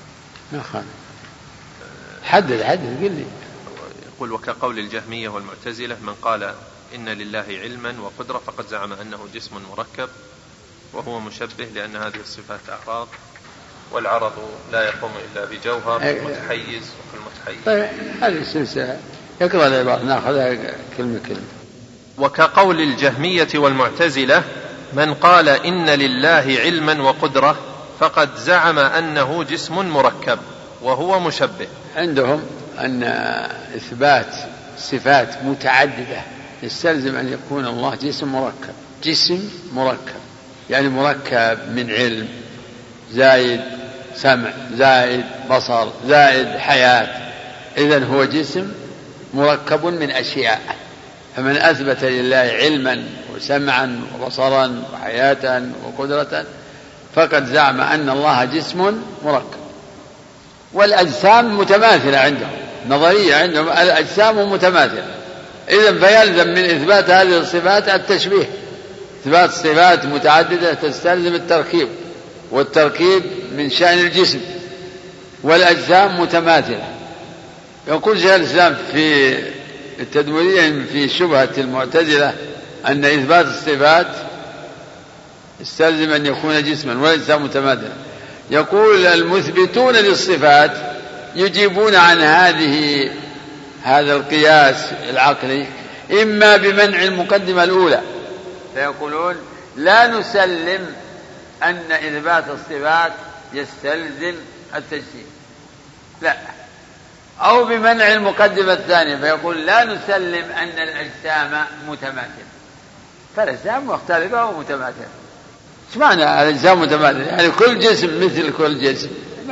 [SPEAKER 1] حدد قل لي.
[SPEAKER 3] يقول: وكقول الجهمية والمعتزلة: من قال إن لله علما وقدرة فقد زعم أنه جسم مركب وهو مشبه، لأن هذه الصفات أعراض، والعرض لا يقوم إلا بجوهر متحيز وكالمتحيز.
[SPEAKER 1] طيب هذه السلسلة يقرأ العبارة نأخذها كلمة كلمة.
[SPEAKER 3] وكقول الجهمية والمعتزلة: من قال إن لله علما وقدرة فقد زعم أنه جسم مركب وهو مشبه.
[SPEAKER 1] عندهم أن إثبات صفات متعددة يستلزم أن يكون الله جسم مركب، يعني مركب من علم زائد سمع زائد بصر زائد حياة، إذن هو جسم مركب من أشياء. فمن أثبت لله علما وسمعا وبصرا وحياة وقدرة فقد زعم أن الله جسم مركب. والأجسام متماثلة عندهم، نظرية عندهم الأجسام متماثلة، إذن فيلزم من إثبات هذه الصفات التشبيه. إثبات صفات متعددة تستلزم التركيب، والتركيب من شأن الجسم، والأجسام متماثلة. يقول شيخ الإسلام في التدمرية في شبهة المعتزلة أن إثبات الصفات يستلزم أن يكون جسما والأجسام متماثلة. يقول: المثبتون للصفات يجيبون عن هذا القياس العقلي إما بمنع المقدمة الأولى، فيقولون: لا نسلم أن إثبات الصفات يستلزم التجسيم، لا، أو بمنع المقدمة الثانية فيقول لا نسلم أن الأجسام متماثلة، فالأجسام مختلفة ومتماثلة. ايش معنى الأجسام متماثلة؟ يعني كل جسم مثل كل جسم،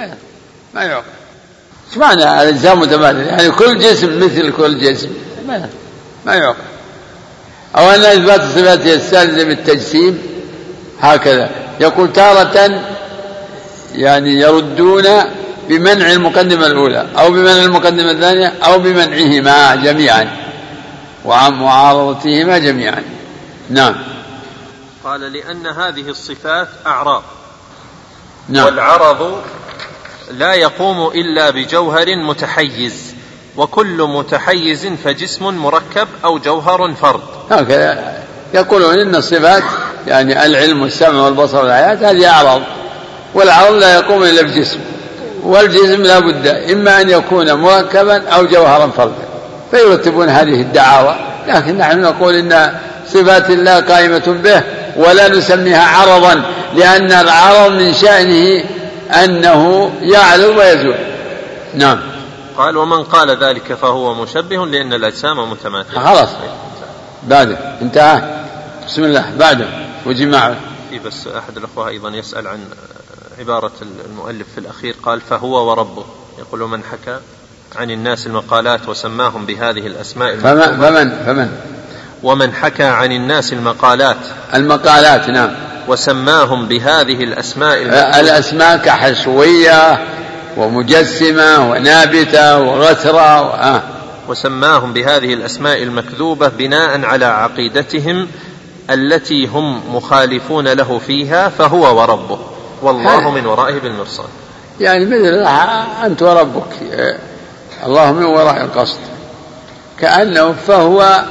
[SPEAKER 1] ما يعقل. ايش معنى الأجسام متماثلة؟ يعني كل جسم مثل كل جسم، ما يعقل. أو أن إثبات الصفات يستلزم التجسيم، هكذا يقول تارة يعني يردون بمنع المقدمة الأولى أو بمنع المقدمة الثانية أو بمنعهما جميعا وعن معارضتهما جميعا. نعم.
[SPEAKER 3] قال لأن هذه الصفات أعراض.
[SPEAKER 1] نعم.
[SPEAKER 3] والعرض لا يقوم إلا بجوهر متحيز، وكل متحيز فجسم مركب أو جوهر فرد.
[SPEAKER 1] هكذا يقولون إن الصفات يعني العلم والسمع والبصر والحياة هذه أعراض، والعرض لا يقوم إلا بجسم، والجسم لا بد إما أن يكون مركبا أو جوهرا فردا، فيرتبون هذه الدعاوى. لكن نحن نقول إن صفات الله قائمة به ولا نسميها عرضا، لأن العرض من شأنه أنه يعلو ويزول. نعم.
[SPEAKER 3] قال ومن قال ذلك فهو مشبه لأن الأجسام متماثلة.
[SPEAKER 1] خلاص بعده انتهى. بسم الله بعده وجماعه.
[SPEAKER 3] بس أحد الأخوة أيضا يسأل عن عبارة المؤلف في الأخير، قال فهو وربه، يقول من حكى عن الناس المقالات وسماهم بهذه الأسماء
[SPEAKER 1] فمن
[SPEAKER 3] ومن حكى عن الناس
[SPEAKER 1] المقالات نعم،
[SPEAKER 3] وسماهم بهذه
[SPEAKER 1] الأسماء كحشوية ومجسمة ونابتة وغثرة
[SPEAKER 3] وسماهم بهذه الأسماء المكذوبة بناء على عقيدتهم التي هم مخالفون له فيها، فهو وربه والله من ورائه بالمرصاد.
[SPEAKER 1] يعني مثل أنت وربك، الله من وراء القصد، كأنه فهو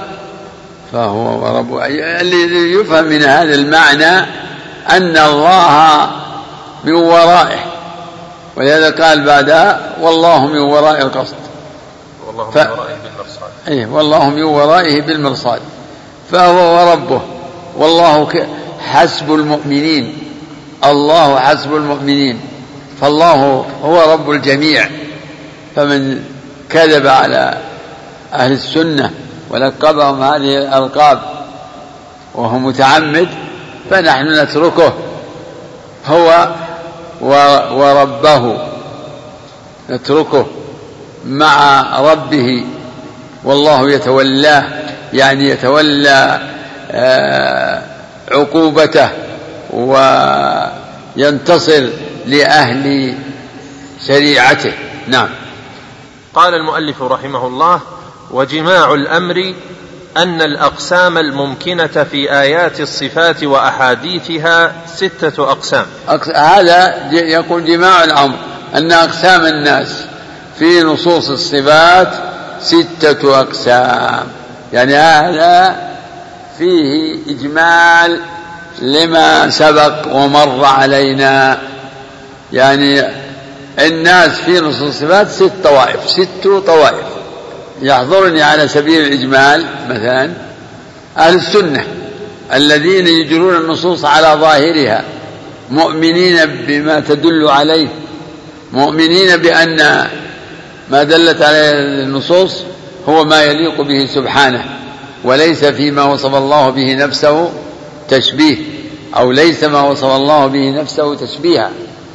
[SPEAKER 1] وربه. اللي يفهم من هذا المعنى أن الله من ورائه، ولهذا قال بعدها والله من وراء القصد،
[SPEAKER 3] والله من ورائه بالمرصاد.
[SPEAKER 1] والله من ورائه بالمرصاد، فهو وربه. والله حسب المؤمنين، الله حسب المؤمنين، فالله هو رب الجميع. فمن كذب على أهل السنة ولقبهم هذه الألقاب وهو متعمد فنحن نتركه، هو وربه نتركه مع ربه، والله يتولاه، يعني يتولى عقوبته وينتصر لأهل شريعته. نعم.
[SPEAKER 3] قال المؤلف رحمه الله وجماع الأمر أن الأقسام الممكنة في آيات الصفات وأحاديثها 6 أقسام.
[SPEAKER 1] هذا يقول جماع الأمر أن أقسام الناس في نصوص الصفات 6 أقسام، يعني هذا فيه إجمال لما سبق ومر علينا. يعني الناس في نصوص الصفات 6 طوائف. يحضرني على سبيل الإجمال مثلا أهل السنة الذين يجرون النصوص على ظاهرها، مؤمنين بما تدل عليه، مؤمنين بأن ما دلت عليه النصوص هو ما يليق به سبحانه، وليس فيما وصف الله به نفسه تشبيه، أو ليس ما وصف الله به نفسه تشبيها.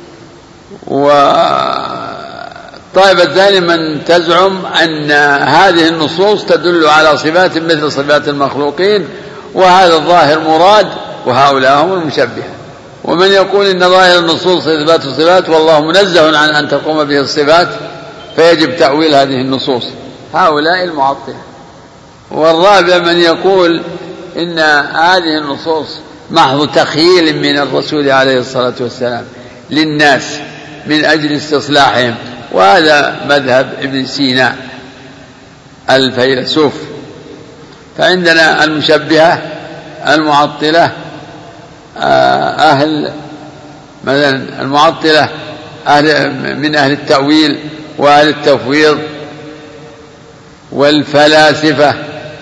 [SPEAKER 1] والطائفة الثانية من تزعم أن هذه النصوص تدل على صفات مثل صفات المخلوقين، وهذا الظاهر مراد، وهؤلاء هم المشبهة. ومن يقول إن ظاهر النصوص إثبات الصفات والله منزه عن أن تقوم به الصفات فيجب تأويل هذه النصوص، هؤلاء المعطلة. والرابع من يقول إن هذه النصوص محض تخيل من الرسول عليه الصلاة والسلام للناس من أجل استصلاحهم، وهذا مذهب ابن سينا الفيلسوف. فعندنا المشبهة المعطلة، مثلا المعطلة من أهل التأويل وأهل التفويض، والفلاسفة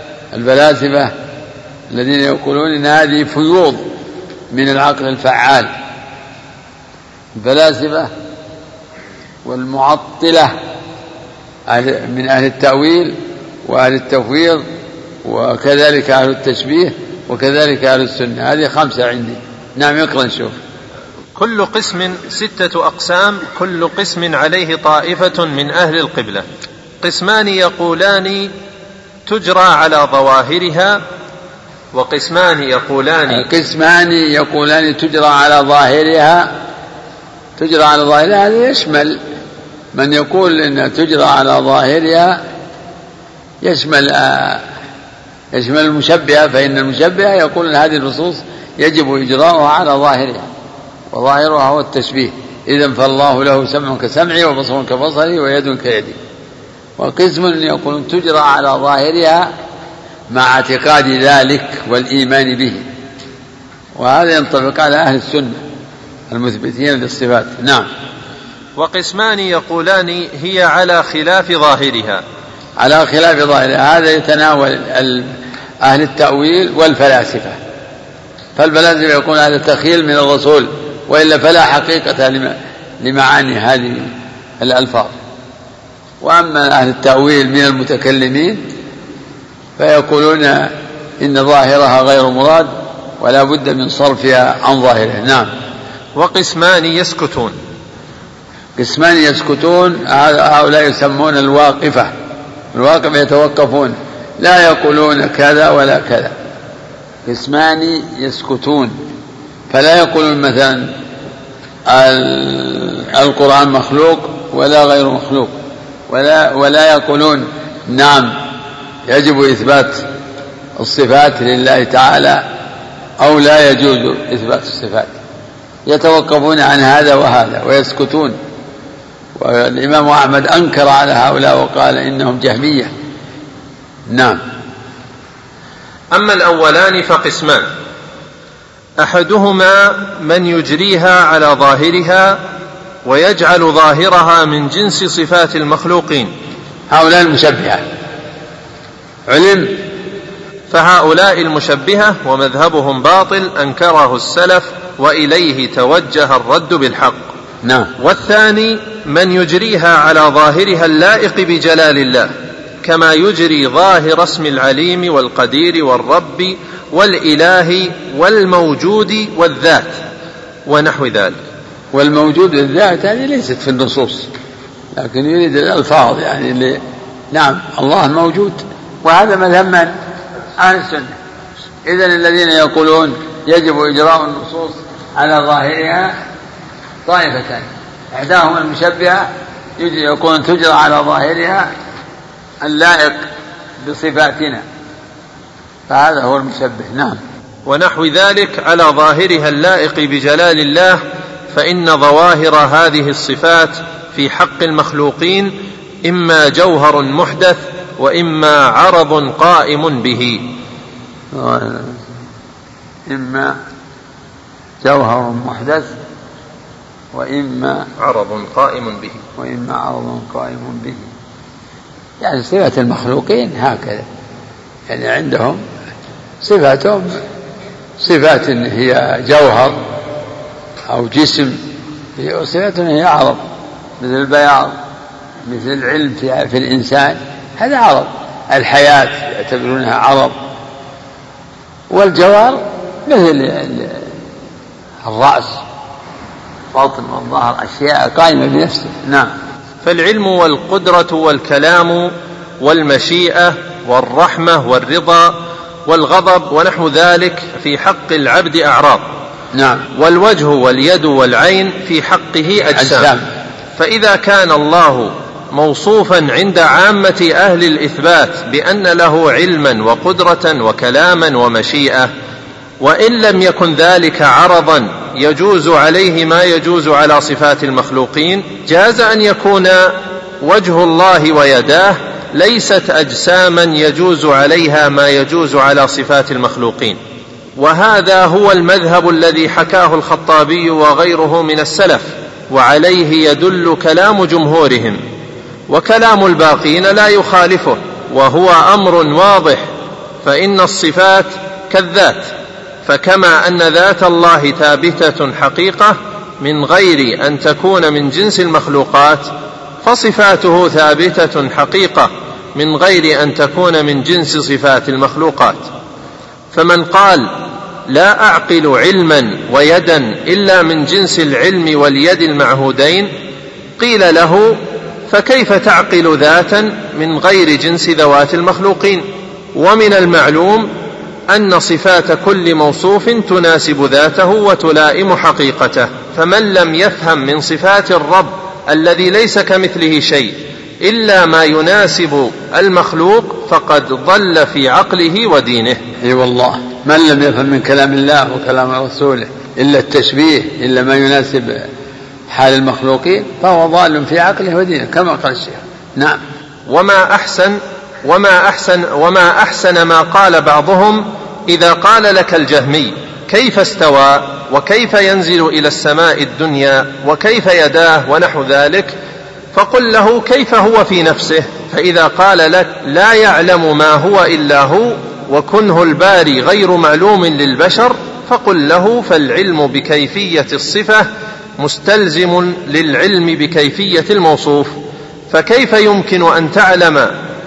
[SPEAKER 1] الذين يقولون إن هذه فيوض من العقل الفعال، الفلاسفة والمعطلة من أهل التأويل وأهل التفويض وكذلك أهل التشبيه وكذلك أهل السنة. هذه 5 عندي. نعم اقرأ نشوف.
[SPEAKER 3] كل قسم 6 أقسام، كل قسم عليه طائفة من أهل القبلة. قسمان يقولان تجرى على ظواهرها، وقسمان يقولان
[SPEAKER 1] تجرى على ظاهرها. تجرى على ظاهرها هذا يشمل من يقول إنها تجرى على ظاهرها، يشمل المشبهة، فإن المشبهة يقول أن هذه النصوص يجب إجراؤها على ظاهرها، وظاهرها هو التشبيه. إذن فالله له سمع كسمعي وبصر كبصري ويد كيدي. وقسم يقول تجرى على ظاهرها مع اعتقاد ذلك والإيمان به، وهذا ينطبق على أهل السنة المثبتين للصفات. نعم.
[SPEAKER 3] وقسمان يقولان هي على خلاف ظاهرها.
[SPEAKER 1] على خلاف ظاهرها هذا يتناول أهل التأويل والفلاسفة. فالفلاسفة يقول هذا تخيل من الرسول، وإلا فلا حقيقة لمعاني هذه الألفاظ. وأما أهل التأويل من المتكلمين فيقولون إن ظاهرها غير مراد ولا بد من صرفها عن ظاهرها. نعم.
[SPEAKER 3] وقسمان يسكتون.
[SPEAKER 1] قسمان يسكتون هؤلاء يسمون الواقفة. الواقفة يتوقفون، لا يقولون كذا ولا كذا. قسمان يسكتون، فلا يقولون مثلا القرآن مخلوق ولا غير مخلوق، ولا يقولون نعم يجب إثبات الصفات لله تعالى أو لا يجوز إثبات الصفات. يتوقفون عن هذا وهذا ويسكتون. والإمام أحمد أنكر على هؤلاء وقال إنهم جهمية. نعم.
[SPEAKER 3] أما الأولان فقسمان، أحدهما من يجريها على ظاهرها ويجعل ظاهرها من جنس صفات المخلوقين.
[SPEAKER 1] هؤلاء المشبهة علم.
[SPEAKER 3] فهؤلاء المشبهة ومذهبهم باطل أنكره السلف وإليه توجه الرد بالحق.
[SPEAKER 1] نعم.
[SPEAKER 3] والثاني من يجريها على ظاهرها اللائق بجلال الله، كما يجري ظاهر اسم العليم والقدير والرب والإله والموجود والذات ونحو ذلك.
[SPEAKER 1] والموجود والذات هذه ليست في النصوص، لكن يريد الألفاظ يعني اللي نعم الله موجود، وهذا مذهب من؟ أهل السنة. إذن الذين يقولون يجب إجراء النصوص على ظاهرها طائفتان، إحداهم المشبهة يقولون تجرى على ظاهرها اللائق بصفاتنا، فهذا هو المشبه. نعم.
[SPEAKER 3] ونحو ذلك على ظاهرها اللائق بجلال الله، فإن ظواهر هذه الصفات في حق المخلوقين إما جوهر محدث وإما عرض قائم به.
[SPEAKER 1] إما جوهر محدث وإما
[SPEAKER 3] عرض قائم به.
[SPEAKER 1] يعني صفات المخلوقين هكذا، يعني عندهم صفاتهم صفات هي جوهر أو جسم، صفات هي عرض، مثل البياض، مثل العلم في الإنسان، هذا عرض. الحياة يعتبرونها عرض. والجوهر مثل الرأس، بطن والظهر، أشياء قائمة بنفسه. نعم.
[SPEAKER 3] فالعلم والقدرة والكلام والمشيئة والرحمة والرضا والغضب ونحو ذلك في حق العبد أعراض.
[SPEAKER 1] نعم.
[SPEAKER 3] والوجه واليد والعين في حقه أجسام. فإذا كان الله موصوفا عند عامة أهل الإثبات بأن له علما وقدرة وكلاما ومشيئة، وإن لم يكن ذلك عرضا يجوز عليه ما يجوز على صفات المخلوقين، جاز أن يكون وجه الله ويداه ليست أجساما يجوز عليها ما يجوز على صفات المخلوقين. وهذا هو المذهب الذي حكاه الخطابي وغيره من السلف، وعليه يدل كلام جمهورهم، وكلام الباقين لا يخالفه، وهو أمر واضح. فإن الصفات كالذات، فكما أن ذات الله ثابتة حقيقة من غير أن تكون من جنس المخلوقات، فصفاته ثابتة حقيقة من غير أن تكون من جنس صفات المخلوقات. فمن قال لا أعقل علما ويدا إلا من جنس العلم واليد المعهودين قيل له فكيف تعقل ذاتا من غير جنس ذوات المخلوقين؟ ومن المعلوم أن صفات كل موصوف تناسب ذاته وتلائم حقيقته، فمن لم يفهم من صفات الرب الذي ليس كمثله شيء إلا ما يناسب المخلوق فقد ضل في عقله ودينه.
[SPEAKER 1] اي والله، من لم يفهم من كلام الله وكلام رسوله إلا التشبيه إلا ما يناسب حال المخلوقين فهو ضال في عقله ودينه كما قال الشيخ. نعم.
[SPEAKER 3] وما أحسن ما قال بعضهم إذا قال لك الجهمي كيف استوى وكيف ينزل إلى السماء الدنيا وكيف يداه ونحو ذلك، فقل له كيف هو في نفسه، فإذا قال لك لا يعلم ما هو إلا هو وكنه الباري غير معلوم للبشر، فقل له فالعلم بكيفية الصفة مستلزم للعلم بكيفية الموصوف، فكيف يمكن أن تعلم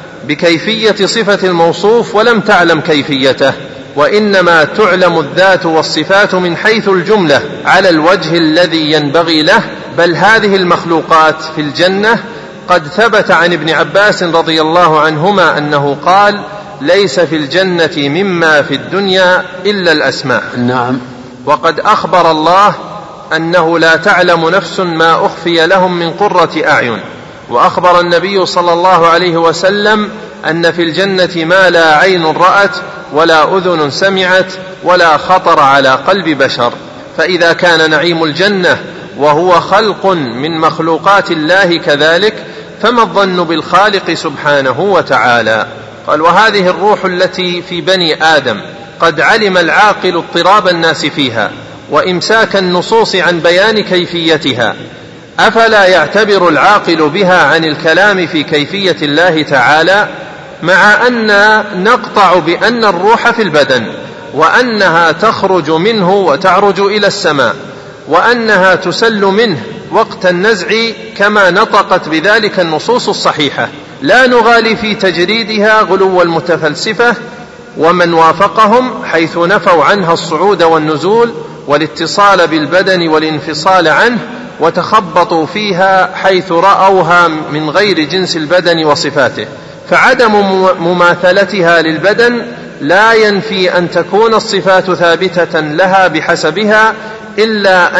[SPEAKER 3] بكيفية صفة الموصوف ولم تعلم كيفيته؟ وإنما تعلم الذات والصفات من حيث الجملة على الوجه الذي ينبغي له. بل هذه المخلوقات في الجنة قد ثبت عن ابن عباس رضي الله عنهما أنه قال ليس في الجنة مما في الدنيا إلا الأسماء.
[SPEAKER 1] نعم.
[SPEAKER 3] وقد أخبر الله أنه لا تعلم نفس ما أخفي لهم من قرة أعين، وأخبر النبي صلى الله عليه وسلم أن في الجنة ما لا عين رأت ولا أذن سمعت ولا خطر على قلب بشر. فإذا كان نعيم الجنة وهو خلق من مخلوقات الله كذلك، فما الظن بالخالق سبحانه وتعالى؟ قال وهذه الروح التي في بني آدم قد علم العاقل اضطراب الناس فيها وإمساك النصوص عن بيان كيفيتها، أفلا يعتبر العاقل بها عن الكلام في كيفية الله تعالى، مع أن نقطع بأن الروح في البدن وأنها تخرج منه وتعرج إلى السماء وأنها تسل منه وقت النزع كما نطقت بذلك النصوص الصحيحة، لا نغالي في تجريدها غلو المتفلسفة ومن وافقهم حيث نفوا عنها الصعود والنزول والاتصال بالبدن والانفصال عنه، وتخبطوا فيها حيث رأوها من غير جنس البدن وصفاته. فعدم مماثلتها للبدن لا ينفي أن تكون الصفات ثابتة لها بحسبها، إلا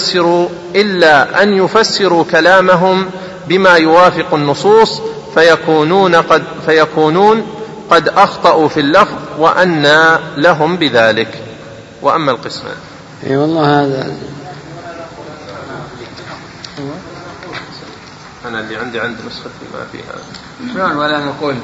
[SPEAKER 3] أن يفسروا كلامهم بما يوافق النصوص فيكونون قد أخطأوا في اللفظ وأنى لهم بذلك. وأما القسمان
[SPEAKER 1] اي والله هذا
[SPEAKER 3] أنا اللي عندي نسختي ما فيها
[SPEAKER 1] شلون ولا نقول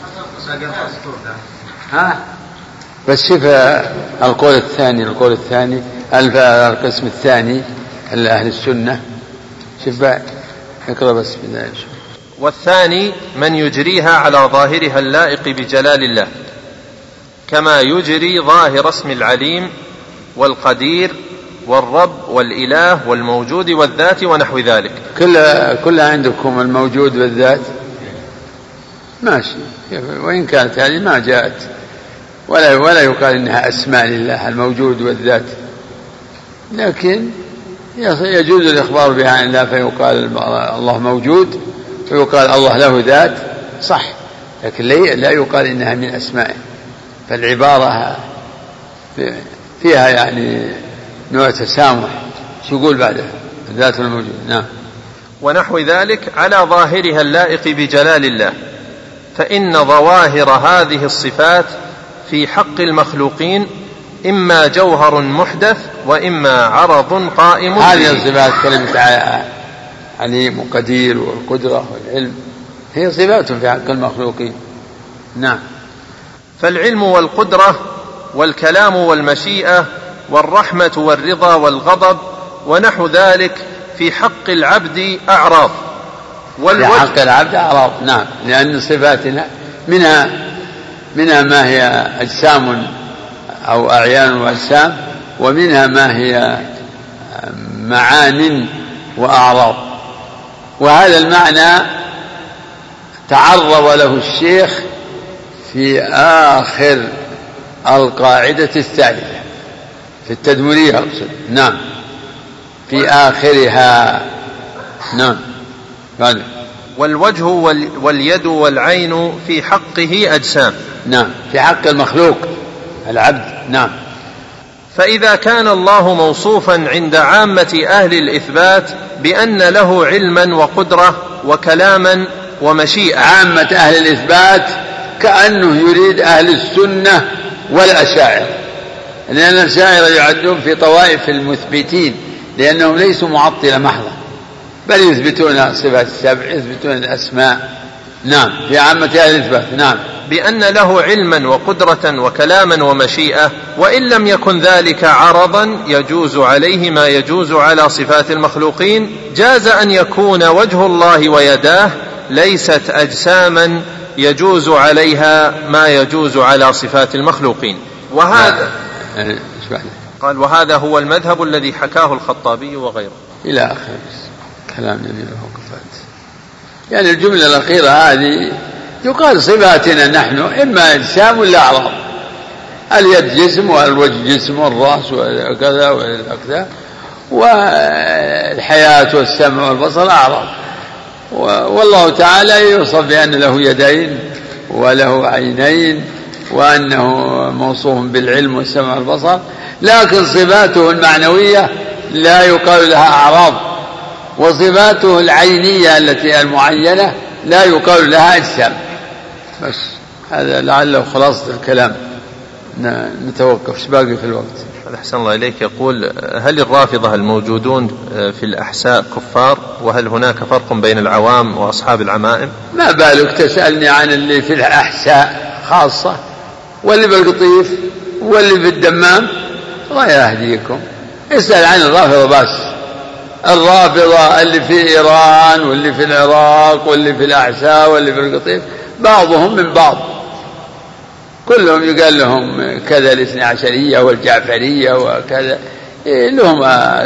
[SPEAKER 1] بس شوف القول الثاني القسم الثاني لأهل السنة، شوف بعد اقرأ بس في ذلك.
[SPEAKER 3] والثاني من يجريها على ظاهرها اللائق بجلال الله كما يجري ظاهر اسم العليم والقدير والرب والإله والموجود والذات ونحو ذلك.
[SPEAKER 1] كلها عندكم الموجود والذات ماشي، وإن كانت هذه ما جاءت ولا يقال إنها أسماء لله الموجود والذات، لكن يجوز الإخبار بها عن الله فيقال الله موجود ويقال الله له ذات صح، لكن لا يقال إنها من أسمائه، فالعبارة فيها يعني نوع تسامح. شو يقول بعدها؟ الذات الموجود. نعم.
[SPEAKER 3] ونحو ذلك على ظاهرها اللائق بجلال الله، فإن ظواهر هذه الصفات في حق المخلوقين إما جوهر محدث وإما عرض قائم.
[SPEAKER 1] هذه الصفات كلمة عليم وقدير والقدرة والعلم هي صفات في حق المخلوقين. نعم.
[SPEAKER 3] فالعلم والقدرة والكلام والمشيئة والرحمة والرضا والغضب ونحو ذلك في حق العبد أعراض.
[SPEAKER 1] في حق العبد أعراض. نعم، لأن صفاتنا منها ما هي أجسام أو أعيان وأجسام، ومنها ما هي معان وأعراض. وهذا المعنى تعرض له الشيخ في آخر القاعدة الثالثة في التدمرية أقصد. نعم في آخرها. نعم.
[SPEAKER 3] والوجه واليد والعين في حقه أجسام.
[SPEAKER 1] نعم في حق المخلوق العبد. نعم.
[SPEAKER 3] فإذا كان الله موصوفا عند عامة أهل الإثبات بأن له علما وقدرة وكلاما ومشيئة،
[SPEAKER 1] عامة أهل الإثبات كأنه يريد أهل السنة والأشاعرة، لأن الأشاعرة يعدون في طوائف المثبتين لأنهم ليسوا معطلة محضة، بل يثبتون صفات السبع، يثبتون الأسماء. نعم في عامة أهل الإثبات. نعم
[SPEAKER 3] بأن له علما وقدرة وكلاما ومشيئة، وإن لم يكن ذلك عرضا يجوز عليه ما يجوز على صفات المخلوقين، جاز أن يكون وجه الله ويداه ليست أجساما يجوز عليها ما يجوز على صفات المخلوقين. وهذا قال وهذا هو المذهب الذي حكاه الخطابي وغيره
[SPEAKER 1] إلى آخر كلام جميل وقفات. يعني الجملة الأخيرة هذه يقال صفاتنا نحن إما أجسام ولا أعراض، اليد جسم والوجه جسم والرأس وكذا والأكذا، والحياة والسمع والبصر أعراض. والله تعالى يوصف بأن له يدين وله عينين وأنه موصوف بالعلم والسمع والبصر، لكن صفاته المعنوية لا يقال لها أعراض، وصفاته العينية التي المعينة لا يقال لها أجسام. بس هذا لعله خلاصة الكلام. نتوقف باقي في الوقت.
[SPEAKER 3] أحسن الله إليك. يقول هل الرافضة الموجودون في الأحساء كفار؟ وهل هناك فرق بين العوام وأصحاب العمائم؟
[SPEAKER 1] ما بالك تسألني عن اللي في الأحساء خاصة واللي بالقطيف واللي في الدمام؟ الله يهديكم. اسأل عن الرافضة بس. الرافضة اللي في إيران واللي في العراق واللي في الأحساء واللي في القطيف بعضهم من بعض، كلهم يقال لهم كذا الاثنى عشرية والجعفرية وكذا، لهم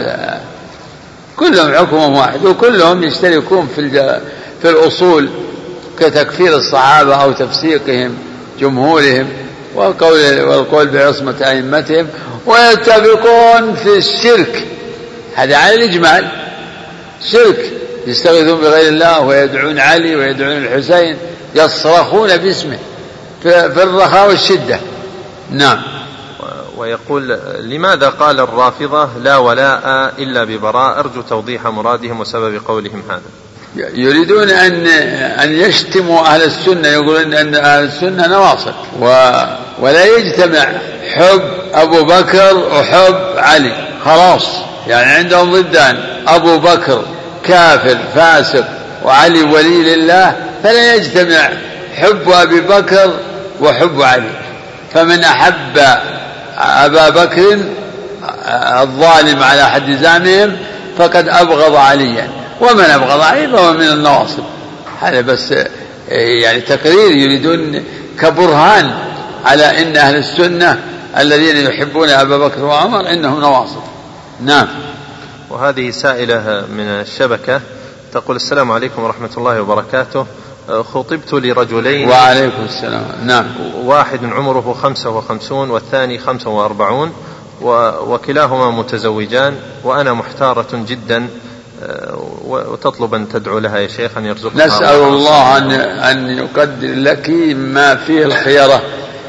[SPEAKER 1] كلهم حكمهم واحد، وكلهم يشتركون في الأصول كتكفير الصحابة أو تفسيقهم جمهورهم والقول بعصمة أئمتهم، ويتفقون في الشرك. هذا على الإجمال شرك، يستغيثون بغير الله ويدعون علي ويدعون الحسين، يصرخون باسمه في الرخاء والشدة. نعم.
[SPEAKER 3] ويقول لماذا قال الرافضة لا ولاء إلا ببراء؟ أرجو توضيح مرادهم وسبب قولهم هذا.
[SPEAKER 1] يريدون أن يشتموا أهل السنة، يقولون أن أهل السنة نواصب ولا يجتمع حب أبو بكر وحب علي، خلاص يعني عندهم ضدان، أبو بكر كافر فاسق وعلي ولي لله، فلا يجتمع حب أبي بكر وحب علي. فمن أحب أبا بكر الظالم على حد زعمهم فقد أبغض عليا، ومن أبغض علي فهو من النواصب. هذا بس يعني تقرير، يريدون كبرهان على إن أهل السنة الذين يحبون أبا بكر وعمر إنهم نواصب. نعم.
[SPEAKER 3] وهذه سائلة من الشبكة تقول السلام عليكم ورحمة الله وبركاته، خطبت لرجلين.
[SPEAKER 1] وعليكم السلام. نعم.
[SPEAKER 3] واحد عمره 55 والثاني 45 وكلاهما متزوجان، وأنا محتارة جدا وتطلب أن تدعو لها يا شيخ أن يرزقها.
[SPEAKER 1] نسأل الله أن يقدر لك ما فيه الخيرة،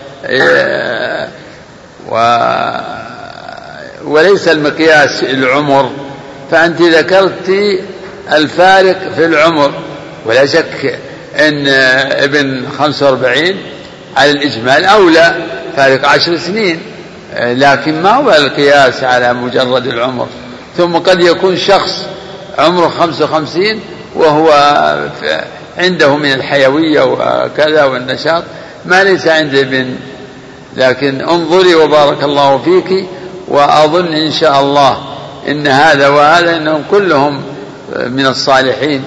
[SPEAKER 1] وليس المقياس العمر، فأنت ذكرت الفارق في العمر، ولا شك أن ابن 45 على الإجمال أولى، فارق 10 سنين، لكن ما هو القياس على مجرد العمر. ثم قد يكون شخص عمره 55 وهو عنده من الحيوية وكذا والنشاط ما ليس عنده ابن. لكن انظري وبارك الله فيك، وأظن إن شاء الله إن هذا وهذا إنهم كلهم من الصالحين،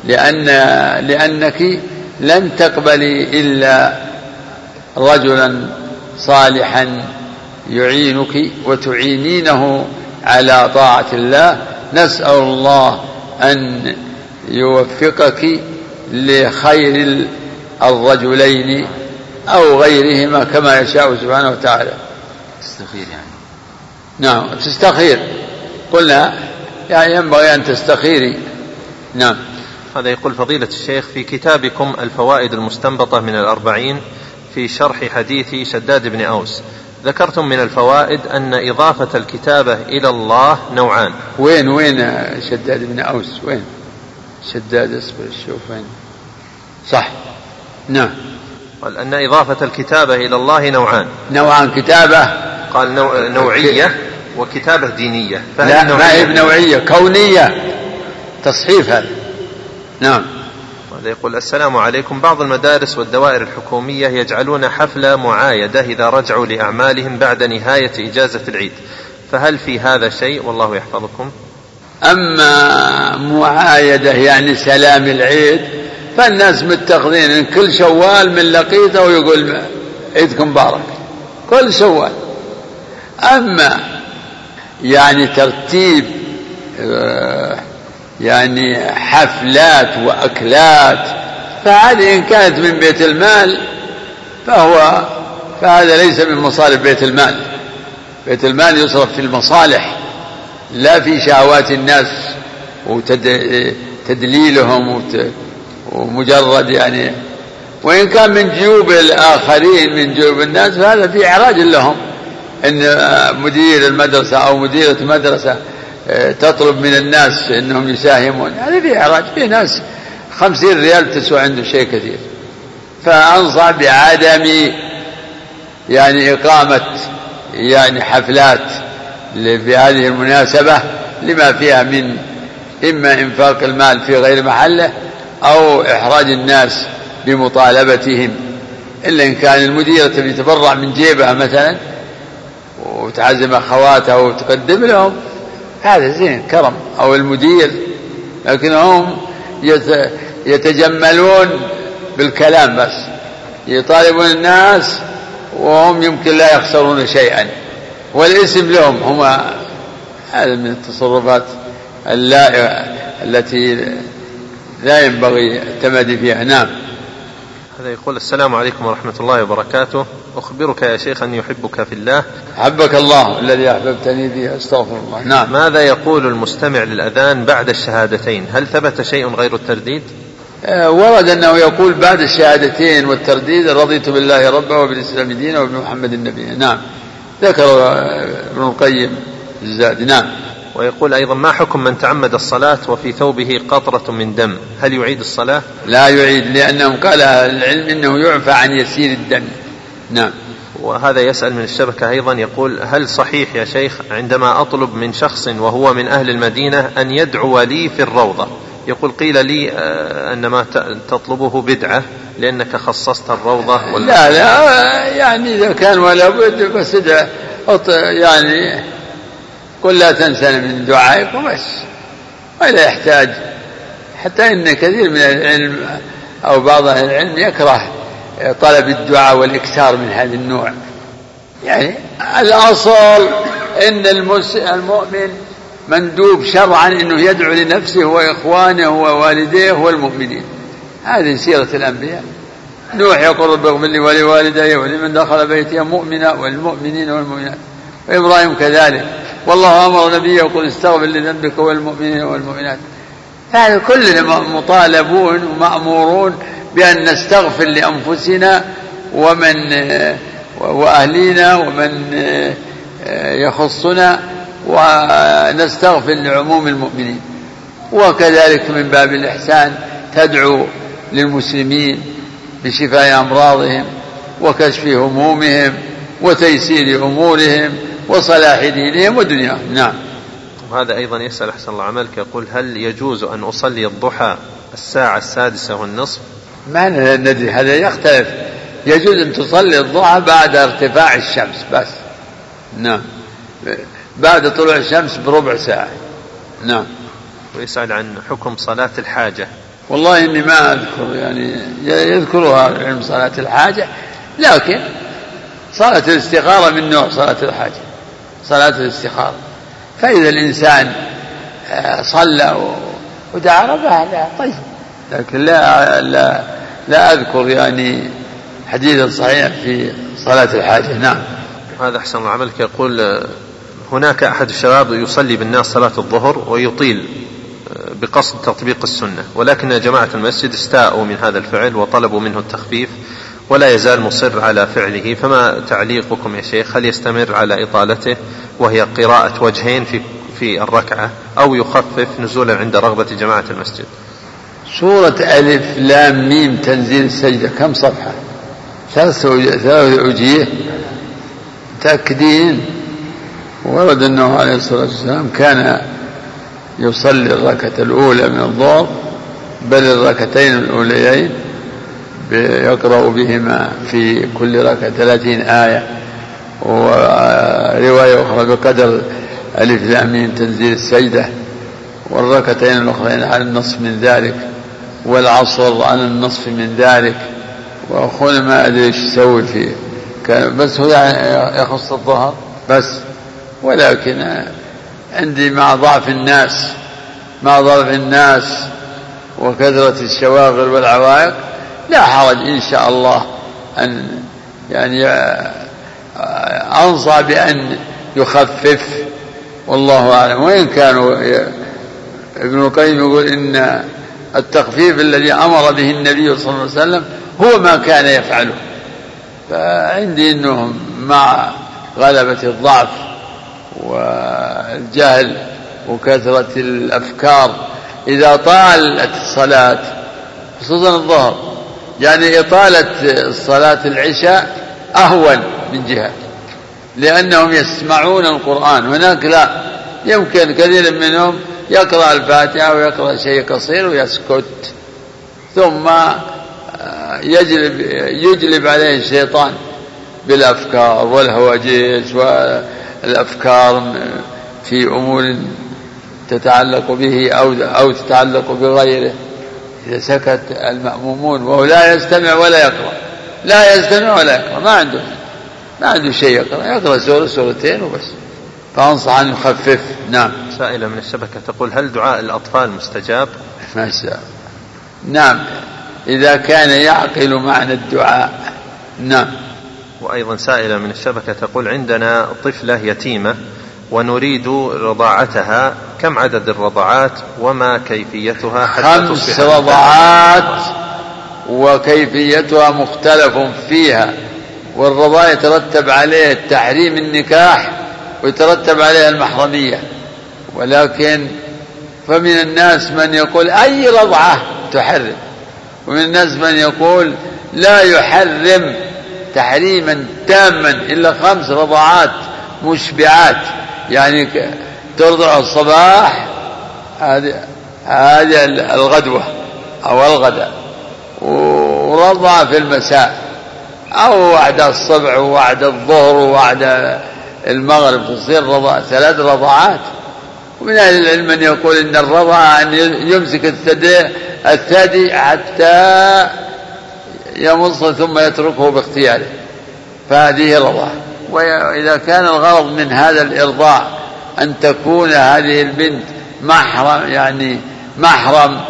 [SPEAKER 1] لأنك لن تقبلي إلا رجلا صالحا يعينك وتعينينه على طاعة الله. نسأل الله أن يوفقك لخير الرجلين أو غيرهما كما يشاء سبحانه وتعالى.
[SPEAKER 3] تستخير يعني؟
[SPEAKER 1] نعم تستخير، قلنا يعني ينبغي أن تستخيري. نعم.
[SPEAKER 3] هذا يقول فضيلة الشيخ في كتابكم الفوائد المستنبطة من الأربعين في شرح حديث شداد بن أوس ذكرتم من الفوائد أن إضافة الكتابة إلى الله نوعان.
[SPEAKER 1] وين شداد بن أوس؟ وين شداد؟ اصبر الشوف وين. صح. نعم.
[SPEAKER 3] قال أن إضافة الكتابة إلى الله نوعان
[SPEAKER 1] كتابة،
[SPEAKER 3] قال نوعية وكتابة دينية.
[SPEAKER 1] لا ما هي بنوعية، كونية، تصحيف هذا. نعم.
[SPEAKER 3] هذا يقول السلام عليكم، بعض المدارس والدوائر الحكومية يجعلون حفلة معايدة إذا رجعوا لأعمالهم بعد نهاية إجازة العيد، فهل في هذا شيء؟ والله يحفظكم.
[SPEAKER 1] أما معايدة يعني سلام العيد فالناس متخذين إن كل شوال من لقيته ويقول عيدكم مبارك كل شوال. أما يعني ترتيب يعني حفلات وأكلات فهذه إن كانت من بيت المال فهذا ليس من مصارف بيت المال. بيت المال يصرف في المصالح لا في شهوات الناس وتدليلهم ومجرد يعني. وإن كان من جيوب الآخرين من جيوب الناس فهذا في إعراج لهم، إن مدير المدرسة أو مديرة المدرسة تطلب من الناس إنهم يساهمون، هذا في إعراج. في ناس 50 ريال تسوى عنده شيء كثير. فأنصح بعدم يعني إقامة يعني حفلات في هذه المناسبة لما فيها من إما إنفاق المال في غير محله أو إحراج الناس بمطالبتهم، إلا إن كان المديرة تتبرع من جيبها مثلا وتعزم أخواتها وتقدم لهم هذا زين كرم، أو المدير. لكن هم يتجملون بالكلام بس، يطالبون الناس وهم يمكن لا يخسرون شيئا والاسم لهم هم. هذا من التصرفات التي لا ينبغي التمادي فيها. نعم.
[SPEAKER 3] هذا يقول السلام عليكم ورحمة الله وبركاته، أخبرك يا شيخ أني يحبك في الله.
[SPEAKER 1] حبك الله الذي أحببتني به. أستغفر الله. نعم.
[SPEAKER 3] ماذا يقول المستمع للأذان بعد الشهادتين؟ هل ثبت شيء غير الترديد؟
[SPEAKER 1] ورد أنه يقول بعد الشهادتين والترديد رضيت بالله ربا وبالإسلام دينا وبمحمد النبي. نعم. ذكر ابن القيم الزاد. نعم.
[SPEAKER 3] ويقول أيضا ما حكم من تعمد الصلاة وفي ثوبه قطرة من دم، هل يعيد الصلاة؟
[SPEAKER 1] لا يعيد، لأنهم قال العلم إنه يعفى عن يسير الدم. نعم.
[SPEAKER 3] وهذا يسأل من الشبكة أيضا يقول هل صحيح يا شيخ عندما أطلب من شخص وهو من أهل المدينة أن يدعو لي في الروضة، يقول قيل لي أن ما تطلبه بدعة لأنك خصصت الروضة
[SPEAKER 1] لا يعني إذا كان ولا بد بس يعني قل لا تنسى من دعائك وبس، ولا يحتاج. حتى إن كثير من العلم أو بعض العلم يكره طلب الدعاء والإكثار من هذا النوع. يعني الأصل إن المؤمن مندوب شرعا إنه يدعو لنفسه وإخوانه ووالديه والمؤمنين. هذه سيرة الأنبياء. نوح يقول رب اغفر لي ولوالدي ولمن دخل بيتي مؤمنا والمؤمنين والمؤمنات، وإبراهيم كذلك. والله أمر نبيه يقول استغفر لذنبك والمؤمنين والمؤمنات. هذا كلنا مطالبون ومأمورون بأن نستغفر لأنفسنا وأهلنا ومن يخصنا، ونستغفر لعموم المؤمنين. وكذلك من باب الإحسان تدعو للمسلمين بشفاء أمراضهم وكشف همومهم وتيسير أمورهم وصلاح دينهم ودنياهم. نعم.
[SPEAKER 3] وهذا أيضا يسأل أحسن الله عملك يقول هل يجوز أن أصلي الضحى 6:36؟
[SPEAKER 1] ما ندري، هذا يختلف. يجوز أن تصلي الضحى بعد ارتفاع الشمس بس. نعم. بعد طلوع الشمس بربع ساعة. نعم.
[SPEAKER 3] ويسأل عن حكم صلاة الحاجة.
[SPEAKER 1] والله إني ما أذكر، يعني يذكرها علم صلاة الحاجة، لكن صلاة الاستخارة من نوع صلاة الحاجة، صلاة الاستخارة. فإذا الإنسان صلى ودعا ربه لا طيب، لكن لا أذكر يعني حديث صحيح في صلاة الحاجة. نعم.
[SPEAKER 3] هذا أحسن الله عملك. يقول هناك أحد الشباب يصلي بالناس صلاة الظهر ويطيل بقصد تطبيق السنة، ولكن جماعة المسجد استاءوا من هذا الفعل وطلبوا منه التخفيف ولا يزال مصر على فعله، فما تعليقكم يا شيخ؟ هل يستمر على إطالته وهي قراءة وجهين في الركعة، أو يخفف نزولا عند رغبة جماعة المسجد؟
[SPEAKER 1] سورة ألف لام ميم تنزيل السجدة كم صفحة؟ 3 وجيه تأكدين. ورد أنه عليه الصلاة والسلام كان يصلي الركعة الأولى من الظهر، بل الركعتين الأوليين يقرأ بهما في كل ركعة 30 آية، ورواية أخرى بقدر ألف لام ميم تنزيل السجدة، والركعتين الأخرين على النصف من ذلك، والعصر على النصف من ذلك. وأخونا ما أدري إيش يسوي فيه، كان بس هو يخص الظهر بس. ولكن عندي مع ضعف الناس وكثرة الشواغل والعوائق لا حرج إن شاء الله أن يعني أنصح بأن يخفف، والله أعلم. وإن كانوا ابن القيم يقول إن التخفيف الذي أمر به النبي صلى الله عليه وسلم هو ما كان يفعله، فعندي أنهم مع غلبة الضعف والجهل وكثرة الأفكار إذا طالت الصلاة خصوصا الظهر، يعني إطالة صلاة العشاء أهون من جهة، لأنهم يسمعون القرآن. هناك لا، يمكن كثير منهم يقرأ الفاتحة ويقرأ شيء قصير ويسكت، ثم يجلب عليه الشيطان بالأفكار والهواجس والأفكار في أمور تتعلق به أو تتعلق بغيره. إذا سكت المأمومون وهو لا يستمع ولا يقرأ، ما عنده شيء يقرأ سورة سورتين وبس، فأنصح أن يخفف. نعم.
[SPEAKER 3] سائلة من الشبكة تقول هل دعاء الأطفال مستجاب؟
[SPEAKER 1] ما شاء. نعم، إذا كان يعقل معنى الدعاء. نعم.
[SPEAKER 3] وأيضا سائلة من الشبكة تقول عندنا طفلة يتيمة ونريد رضاعتها، كم عدد الرضاعات وما كيفيتها حتى تصبح؟
[SPEAKER 1] 5 رضاعات وكيفيتها مختلف فيها، والرضاعة يترتب عليه تحريم النكاح ويترتب عليها المحرمية، ولكن فمن الناس من يقول أي رضعة تحرم، ومن الناس من يقول لا يحرم تحريما تاما إلا 5 رضاعات مشبعات، يعني ترضع الصباح هذه الغدوة أو الغداء، ورضع في المساء، أو وعد الصبح ووعد الظهر ووعد المغرب، تصير 3 رضاعات. ومن أهل العلم من يقول إن الرضاعة أن يمسك الثدي حتى يمص ثم يتركه باختياره، فهذه رضاعة. وإذا كان الغرض من هذا الإرضاع أن تكون هذه البنت محرم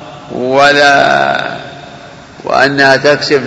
[SPEAKER 1] وأنها تكشف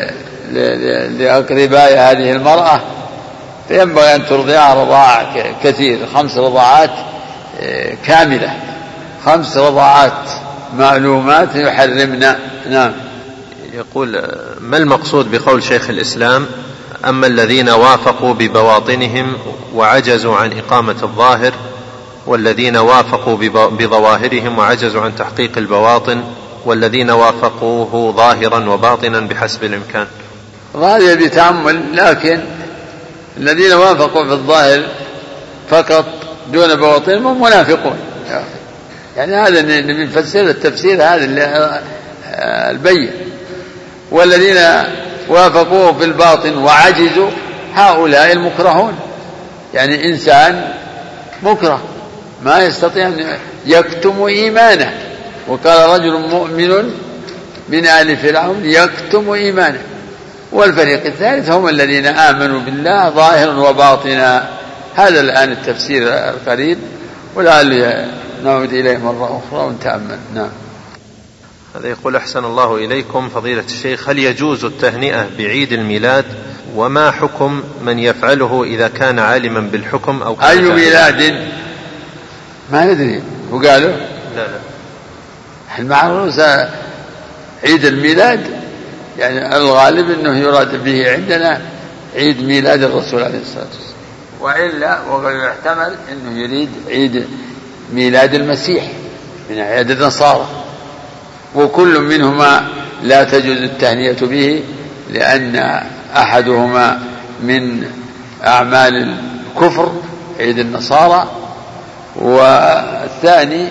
[SPEAKER 1] لأقرباء هذه المرأة، فينبغي أن ترضعها رضاعة كثير، 5 رضاعات كاملة، 5 رضاعات معلومات يحرمنا. نعم.
[SPEAKER 3] يقول ما المقصود بقول شيخ الإسلام أما الذين وافقوا ببواطنهم وعجزوا عن إقامة الظاهر، والذين وافقوا بظواهرهم وعجزوا عن تحقيق البواطن، والذين وافقوه ظاهرا وباطنا بحسب الإمكان؟
[SPEAKER 1] وهذا بتأمل، لكن الذين وافقوا في الظاهر فقط دون بواطنهم هم منافقون، يعني هذا نبي نفسر التفسير هذا البين. والذين وافقوه في الباطن وعجزوا هؤلاء المكرهون، يعني إنسان مكره ما يستطيع أن يكتم إيمانه، وقال رجل مؤمن من آل فرعون يكتم إيمانه. والفريق الثالث هم الذين آمنوا بالله ظاهرا وباطنا. هذا الآن التفسير القريب، ولعل نعود إليه مرة أخرى ونتأمل. نعم.
[SPEAKER 3] هذا يقول: أحسن الله إليكم فضيلة الشيخ، هل يجوز التهنئة بعيد الميلاد؟ وما حكم من يفعله إذا كان عالما بالحكم أو كان
[SPEAKER 1] أي ميلاد؟ ما ندري وقالوا
[SPEAKER 3] لا
[SPEAKER 1] المعروف عيد الميلاد، يعني الغالب أنه يراد به عندنا عيد ميلاد الرسول عليه الصلاة والسلام، وإلا وقد يحتمل أنه يريد عيد ميلاد المسيح من أعياد النصارى، وكل منهما لا تجوز التهنئة به، لأن أحدهما من أعمال الكفر عيد النصارى، والثاني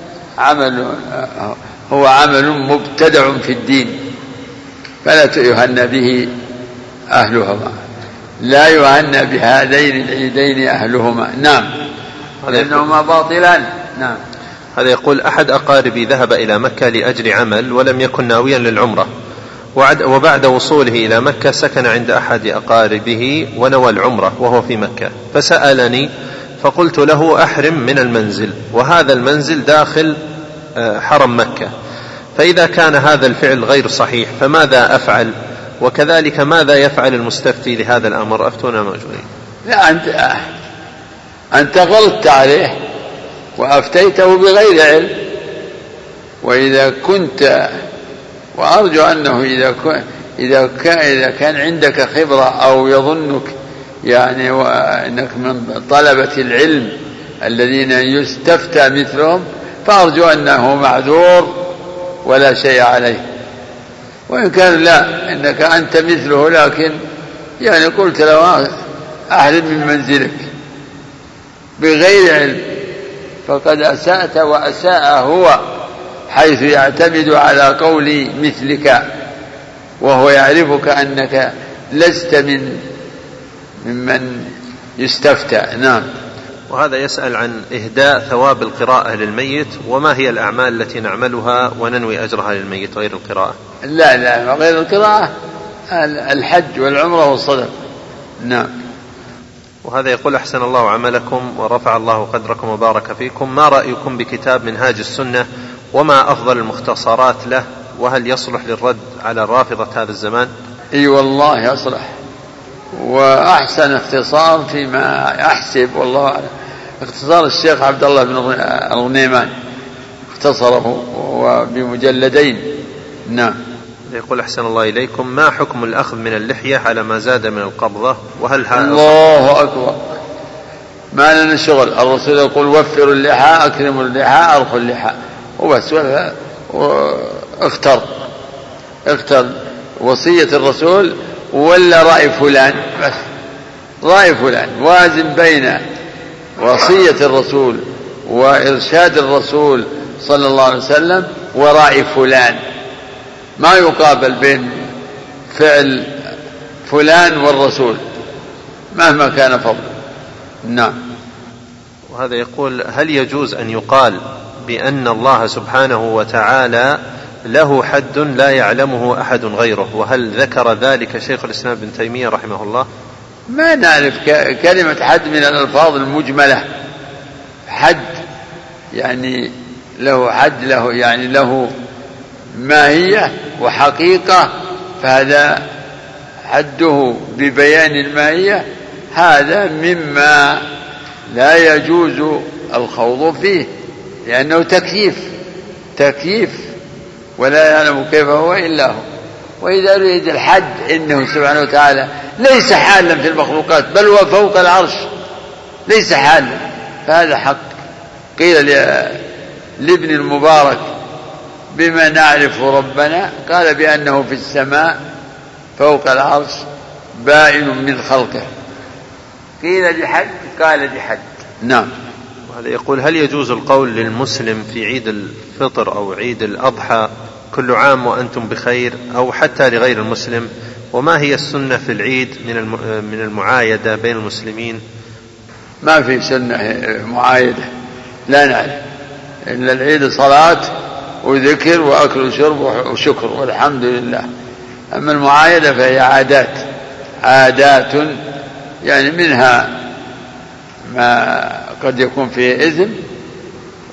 [SPEAKER 1] هو عمل مبتدع في الدين فلا يهنى به أهلهما، لا يهنى بهذين العيدين أهلهما. نعم، لأنهما باطلان. نعم.
[SPEAKER 3] هذا يقول: أحد أقاربي ذهب إلى مكة لأجل عمل ولم يكن ناويا للعمرة، وبعد وصوله إلى مكة سكن عند أحد أقاربه ونوى العمرة وهو في مكة، فسألني فقلت له: أحرم من المنزل، وهذا المنزل داخل حرم مكة، فإذا كان هذا الفعل غير صحيح فماذا أفعل؟ وكذلك ماذا يفعل المستفتي لهذا الأمر؟ أفتونا مأجورين.
[SPEAKER 1] لا، أنت غلطت عليه وأفتيته بغير علم، وإذا كنت، وأرجو أنه إذا كان عندك خبرة أو يظنك يعني وأنك من طلبة العلم الذين يستفتى مثلهم، فأرجو أنه معذور ولا شيء عليه. وإن كان لا، إنك أنت مثله، لكن يعني قلت له أحرم من منزلك بغير علم، فقد أسأت وأساء هو، حيث يعتمد على قول مثلك وهو يعرفك أنك لست ممن يستفتى. نعم.
[SPEAKER 3] وهذا يسأل عن إهداء ثواب القراءة للميت، وما هي الأعمال التي نعملها وننوي أجرها للميت غير القراءة؟
[SPEAKER 1] لا، غير القراءة الحج والعمرة والصدقة. نعم.
[SPEAKER 3] وهذا يقول: أحسن الله عملكم ورفع الله قدركم وبارك فيكم، ما رأيكم بكتاب منهاج السنة وما أفضل المختصرات له، وهل يصلح للرد على الرافضة هذا الزمان؟
[SPEAKER 1] اي والله يصلح، وأحسن اختصار فيما أحسب والله أعلم اختصار الشيخ عبد الله بن الغنيمان، اختصره وبمجلدين. نعم.
[SPEAKER 3] يقول: أحسن الله إليكم، ما حكم الأخذ من اللحية على ما زاد من القبضة، وهل هذا؟
[SPEAKER 1] الله أكبر، ما لنا شغل. الرسول يقول: وفروا اللحى، أكرموا اللحى، أرخوا اللحى، وبس. اختر وصية الرسول ولا رأي فلان، بس رأي فلان، وازن بين وصية الرسول وإرشاد الرسول صلى الله عليه وسلم ورأي فلان، ما يقابل بين فعل فلان والرسول مهما كان فضله. نعم.
[SPEAKER 3] وهذا يقول: هل يجوز أن يقال بأن الله سبحانه وتعالى له حد لا يعلمه أحد غيره، وهل ذكر ذلك شيخ الإسلام ابن تيمية رحمه الله؟
[SPEAKER 1] ما نعرف كلمة حد من الألفاظ المجملة. حد يعني له حد، له يعني له ماهية وحقيقة، فهذا حده ببيان الماهية، هذا مما لا يجوز الخوض فيه، لأنه تكييف ولا يعلم كيف هو إلا هو. وإذا يريد الحد إنه سبحانه وتعالى ليس حالا في المخلوقات، بل هو فوق العرش، ليس حالا، فهذا حق. قيل لابن المبارك: بما نعرف ربنا؟ قال: بأنه في السماء فوق العرش بائن من خلقه. قيل بحد؟ قال بحد. نعم.
[SPEAKER 3] وهذا يقول: هل يجوز القول للمسلم في عيد الفطر أو عيد الأضحى كل عام وأنتم بخير، أو حتى لغير المسلم؟ وما هي السنة في العيد من المعايدة بين المسلمين؟
[SPEAKER 1] ما في سنة معايدة، لا نعرف إلا العيد صلاة وذكر وأكل وشرب وشكر والحمد لله. أما المعايدة فهي عادات يعني منها ما قد يكون فيه إثم،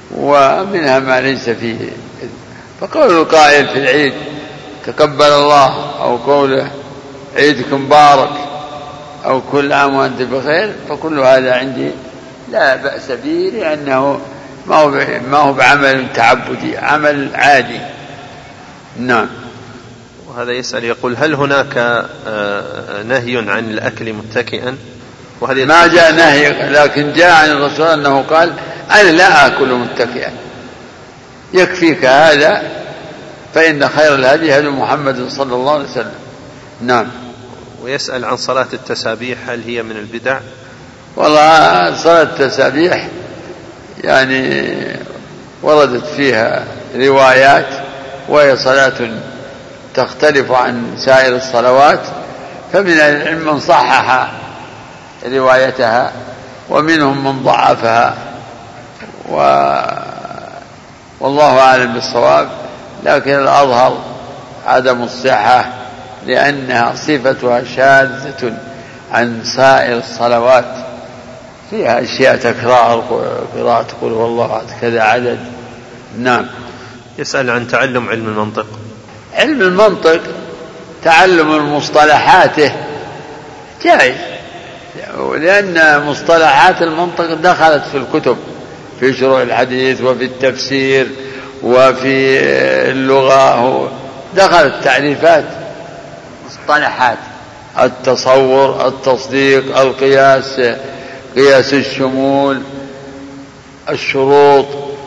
[SPEAKER 1] ومنها ما ليس فيه. فقول القائل في العيد تقبل الله، أو قوله عيدكم مبارك، أو كل عام وأنت بخير، فكل هذا عندي لا بأس به، لأنه ما هو بعمل تعبدي، عمل عادي. نعم.
[SPEAKER 3] وهذا يسأل يقول هل هناك نهي عن الأكل متكئا؟
[SPEAKER 1] ما جاء نهي، لكن جاء عن الرسول أنه قال أنا لا أكل متكئا، يكفيك هذا، فإن خير الهدي هدي محمد صلى الله عليه وسلم. نعم.
[SPEAKER 3] ويسأل عن صلاة التسابيح، هل هي من البدع؟
[SPEAKER 1] والله صلاة التسابيح يعني وردت فيها روايات، وهي صلاة تختلف عن سائر الصلوات، فمن العلم من صحح روايتها ومنهم من ضعفها، والله أعلم بالصواب، لكن الأظهر عدم الصحة، لأنها صفتها شاذة عن سائر الصلوات، فيها أشياء تكرار، قراءة قل هو الله أحد كذا عدد. نعم.
[SPEAKER 3] يسأل عن تعلم علم المنطق.
[SPEAKER 1] علم المنطق تعلم مصطلحاته جائز، لأن مصطلحات المنطق دخلت في الكتب، في شروح الحديث وفي التفسير وفي اللغة، دخلت تعريفات مصطلحات التصور، التصديق، القياس، قياس الشمول، الشروط،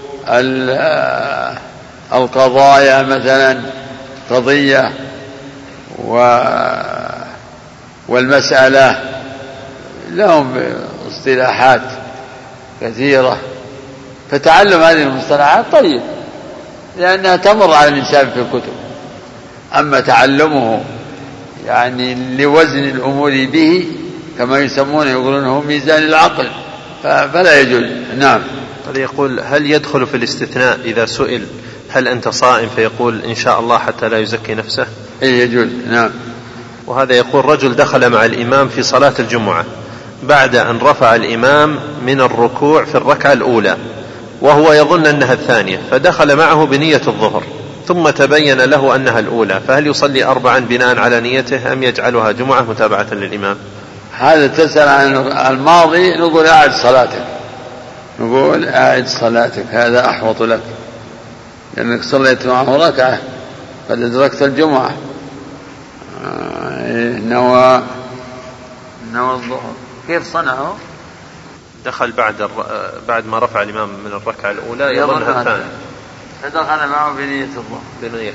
[SPEAKER 1] القضايا مثلا قضية والمسألة، لهم اصطلاحات كثيرة. فتعلم هذه المصطلحات طيب، لأنها تمر على الإنسان في الكتب. أما تعلمه يعني لوزن الأمور به، كما يسمونه يقولونه ميزان العقل، فلا يجوز. نعم.
[SPEAKER 3] هذا يقول هل يدخل في الاستثناء إذا سئل هل أنت صائم فيقول إن شاء الله حتى لا يزكي نفسه؟
[SPEAKER 1] يجوز. نعم.
[SPEAKER 3] وهذا يقول رجل دخل مع الإمام في صلاة الجمعة بعد أن رفع الإمام من الركوع في الركعة الأولى وهو يظن أنها الثانية، فدخل معه بنية الظهر ثم تبين له أنها الأولى، فهل يصلي 4 بناء على نيته أم يجعلها جمعة متابعة للإمام؟
[SPEAKER 1] هذا تسأل عن الماضي، نقول أعد صلاتك، نقول أعد صلاتك، هذا أحوط لك، لأنك صليت معه ركعة قد أدركت الجمعة. نوى الظهر. كيف صنعه؟
[SPEAKER 3] دخل بعد ما رفع الإمام من الركعة الأولى يظنها الثانية،
[SPEAKER 1] فدخل معه بنية الظهر
[SPEAKER 3] بنية،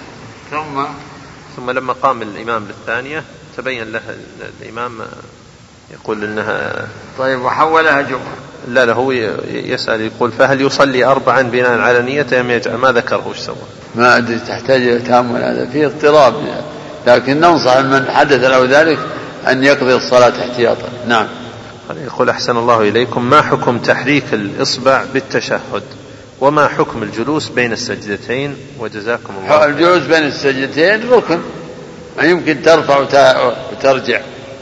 [SPEAKER 1] ثم
[SPEAKER 3] لما قام الإمام للثانية تبين له الإمام يقول إنها
[SPEAKER 1] طيب وحولها جمعة.
[SPEAKER 3] لا هو يسأل يقول فهل يصلي 4 بناء على نيته أم يجعل؟ ما ذكره وش سوى؟
[SPEAKER 1] ما أدري، تحتاج إلى تأمل، هذا فيه اضطراب، لكن ننصح من حدث له ذلك أن يقضي الصلاة احتياطا. نعم.
[SPEAKER 3] يقول أحسن الله إليكم، ما حكم تحريك الإصبع بالتشهد، وما حكم الجلوس بين السجدتين؟ وجزاكم الله.
[SPEAKER 1] الجلوس بين السجدتين ركن، ما يمكن ترفع وترجع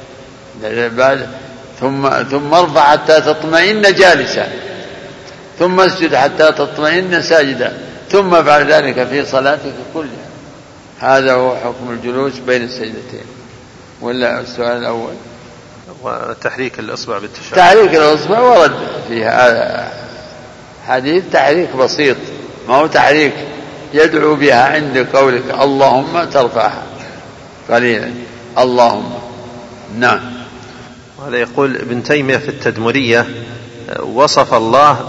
[SPEAKER 1] بعد، ثم ارفع حتى تطمئن جالسا، ثم اسجد حتى تطمئن ساجدا، ثم بعد ذلك في صلاتك كلها. هذا هو حكم الجلوس بين السجدتين. ولا السؤال الأول؟
[SPEAKER 3] وتحريك الإصبع بالتشهد.
[SPEAKER 1] تحريك الإصبع ورد فيها حديث تحريك بسيط، ما هو تحريك يدعو بها عند قولك اللهم ترفعها قليلا اللهم. نعم.
[SPEAKER 3] وهذا يقول ابن تيمية في التدمرية وصف الله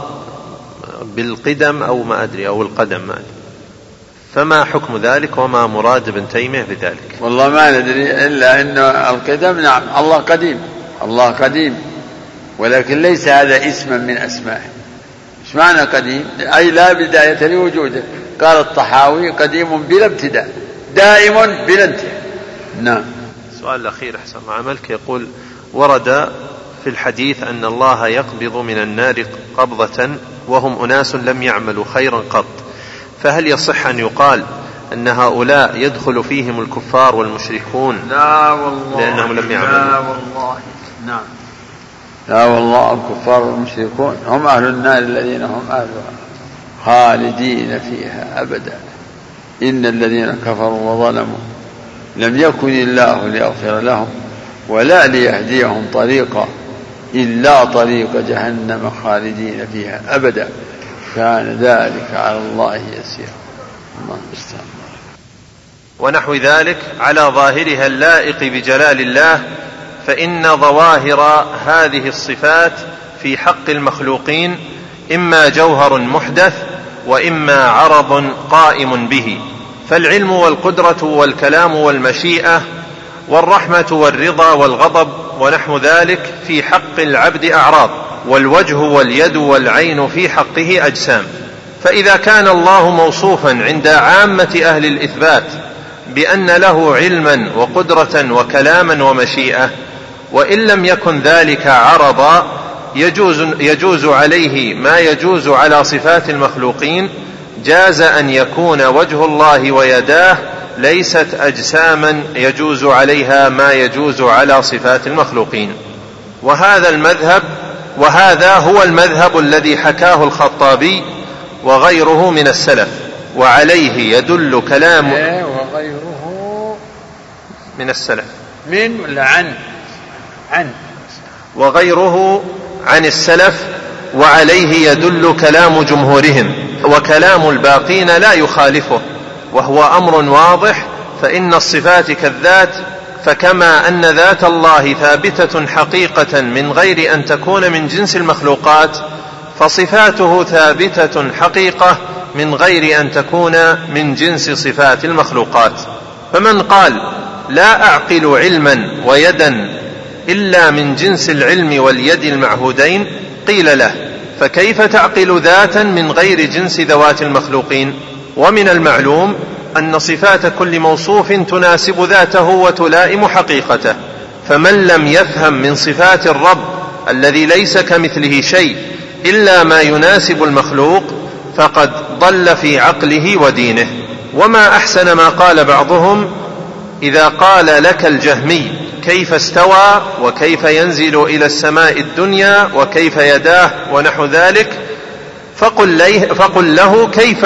[SPEAKER 3] بالقدم أو ما أدري أو القدم ما أدري، فما حكم ذلك وما مراد ابن تيمية بذلك؟
[SPEAKER 1] والله ما ندري إلا أن القدم نعم الله قديم، ولكن ليس هذا اسما من أسمائه. ايش معنى قديم؟ أي لا بداية لوجوده. قال الطحاوي قديم بلا ابتداء دائم بلا انتهاء. نعم.
[SPEAKER 3] السؤال الأخير أحسن مع ملك يقول ورد في الحديث أن الله يقبض من النار قبضة وهم أناس لم يعملوا خيرا قط، فهل يصح أن يقال أن هؤلاء يدخل فيهم الكفار والمشركون؟
[SPEAKER 1] لا والله،
[SPEAKER 3] لأنهم لم يعملوا.
[SPEAKER 1] لا والله. نعم. لا والله، الكفار والمشركون هم أهل النار الذين هم أهلها خالدين فيها أبدا. إن الذين كفروا وظلموا لم يكن الله ليغفر لهم ولا ليهديهم طريقا إلا طريق جهنم خالدين فيها أبدا كان ذلك على الله يسير. الله المستعان.
[SPEAKER 3] ونحو ذلك على ظاهرها اللائق بجلال الله، فإن ظواهر هذه الصفات في حق المخلوقين إما جوهر محدث وإما عرض قائم به، فالعلم والقدرة والكلام والمشيئة والرحمة والرضا والغضب ونحو ذلك في حق العبد أعراض، والوجه واليد والعين في حقه أجسام. فإذا كان الله موصوفا عند عامة أهل الإثبات بأن له علما وقدرة وكلاما ومشيئة، وإن لم يكن ذلك عرضا يجوز عليه ما يجوز على صفات المخلوقين، جاز أن يكون وجه الله ويداه ليست أجساما يجوز عليها ما يجوز على صفات المخلوقين. وهذا هو المذهب الذي حكاه الخطابي وغيره من السلف، وعليه يدل كلام
[SPEAKER 1] وغيره
[SPEAKER 3] من السلف
[SPEAKER 1] من ولا عن
[SPEAKER 3] وغيره عن السلف، وعليه يدل كلام جمهورهم، وكلام الباقين لا يخالفه، وهو أمر واضح. فإن الصفات كالذات، فكما أن ذات الله ثابتة حقيقة من غير أن تكون من جنس المخلوقات، فصفاته ثابتة حقيقة من غير أن تكون من جنس صفات المخلوقات. فمن قال لا أعقل علما ويدا إلا من جنس العلم واليد المعهودين، قيل له فكيف تعقل ذاتا من غير جنس ذوات المخلوقين؟ ومن المعلوم أن صفات كل موصوف تناسب ذاته وتلائم حقيقته، فمن لم يفهم من صفات الرب الذي ليس كمثله شيء إلا ما يناسب المخلوق فقد ضل في عقله ودينه. وما أحسن ما قال بعضهم إذا قال لك الجهمي كيف استوى وكيف ينزل إلى السماء الدنيا وكيف يداه ونحو ذلك، فقل له كيف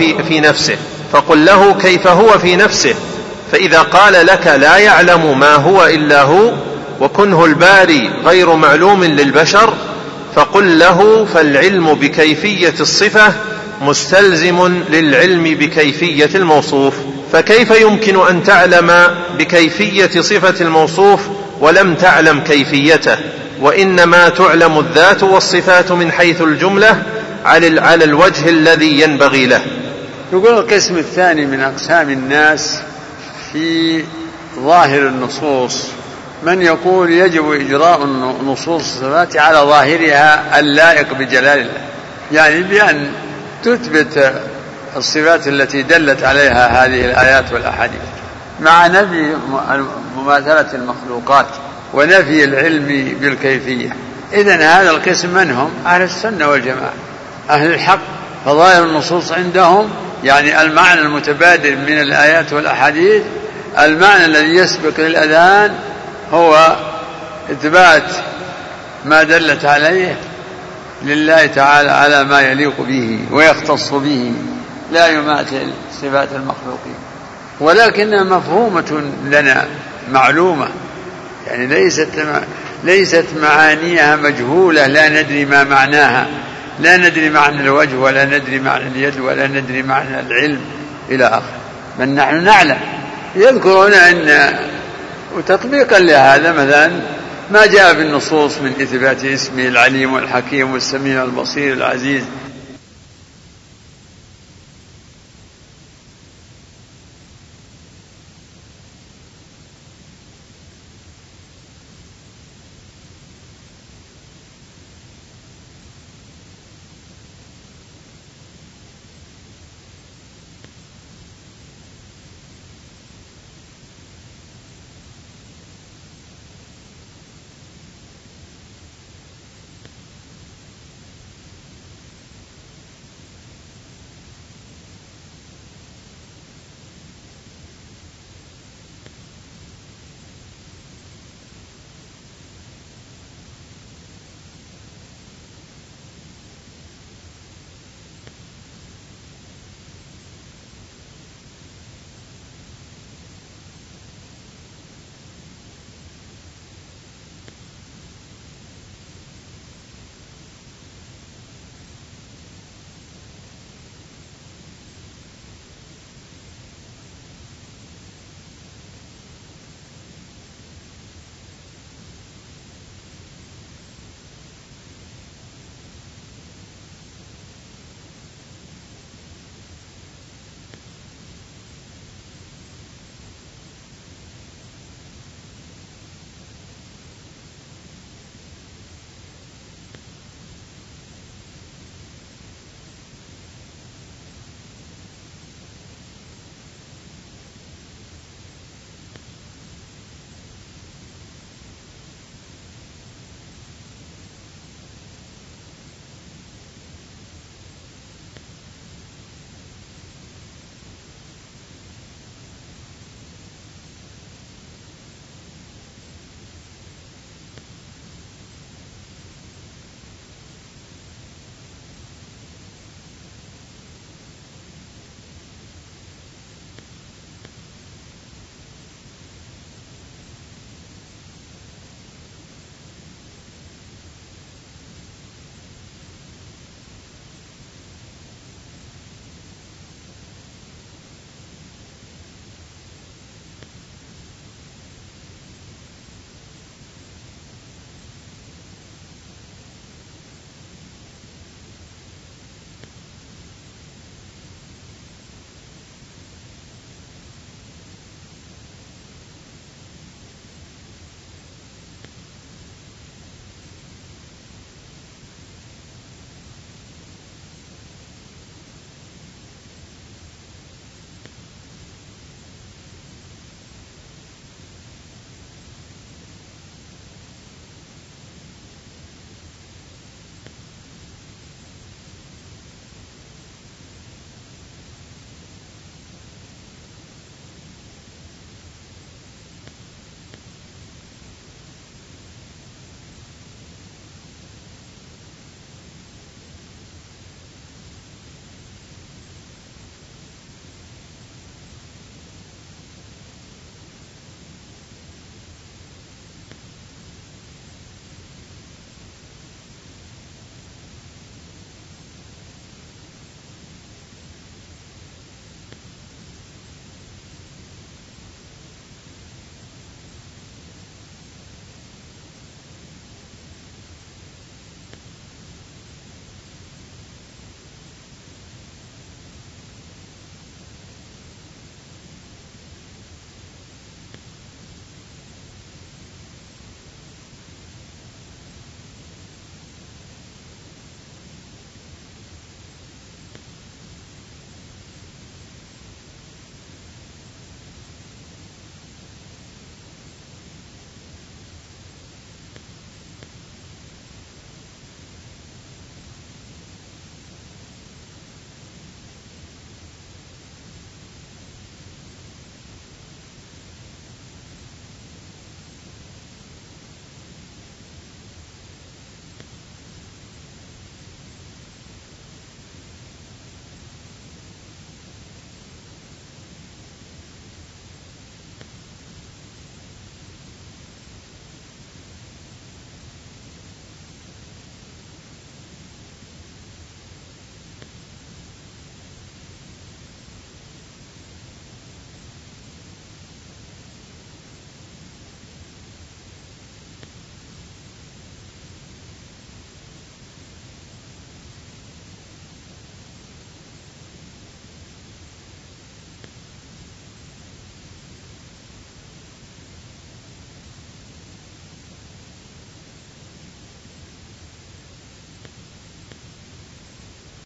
[SPEAKER 3] هو في نفسه، فإذا قال لك لا يعلم ما هو إلا هو وكنه الباري غير معلوم للبشر، فقل له فالعلم بكيفية الصفة مستلزم للعلم بكيفية الموصوف، فكيف يمكن أن تعلم بكيفية صفة الموصوف ولم تعلم كيفيته؟ وإنما تعلم الذات والصفات من حيث الجملة على الوجه الذي ينبغي له.
[SPEAKER 1] يقول القسم الثاني من أقسام الناس في ظاهر النصوص من يقول يجب إجراء نصوص الصفات على ظاهرها اللائق بجلال الله، يعني بأن تثبت الصفات التي دلت عليها هذه الآيات والأحاديث مع نفي مماثلة المخلوقات ونفي العلم بالكيفية. إذن هذا القسم من هم؟ أهل السنة والجماعة، أهل الحق. فظاهر النصوص عندهم يعني المعنى المتبادل من الآيات والأحاديث، المعنى الذي يسبق للأذان هو إثبات ما دلت عليه لله تعالى على ما يليق به ويختص به، لا يماثل صفات المخلوقين، ولكنها مفهومة لنا معلومة، يعني ليست معانيها مجهولة لا ندري ما معناها، لا ندري معنى الوجه ولا ندري معنى اليد ولا ندري معنى العلم إلى آخره، بل نحن نعلم. يذكرون أن وتطبيقا لهذا مثلا ما جاء بالنصوص من إثبات اسمه العليم والحكيم والسميع والبصير العزيز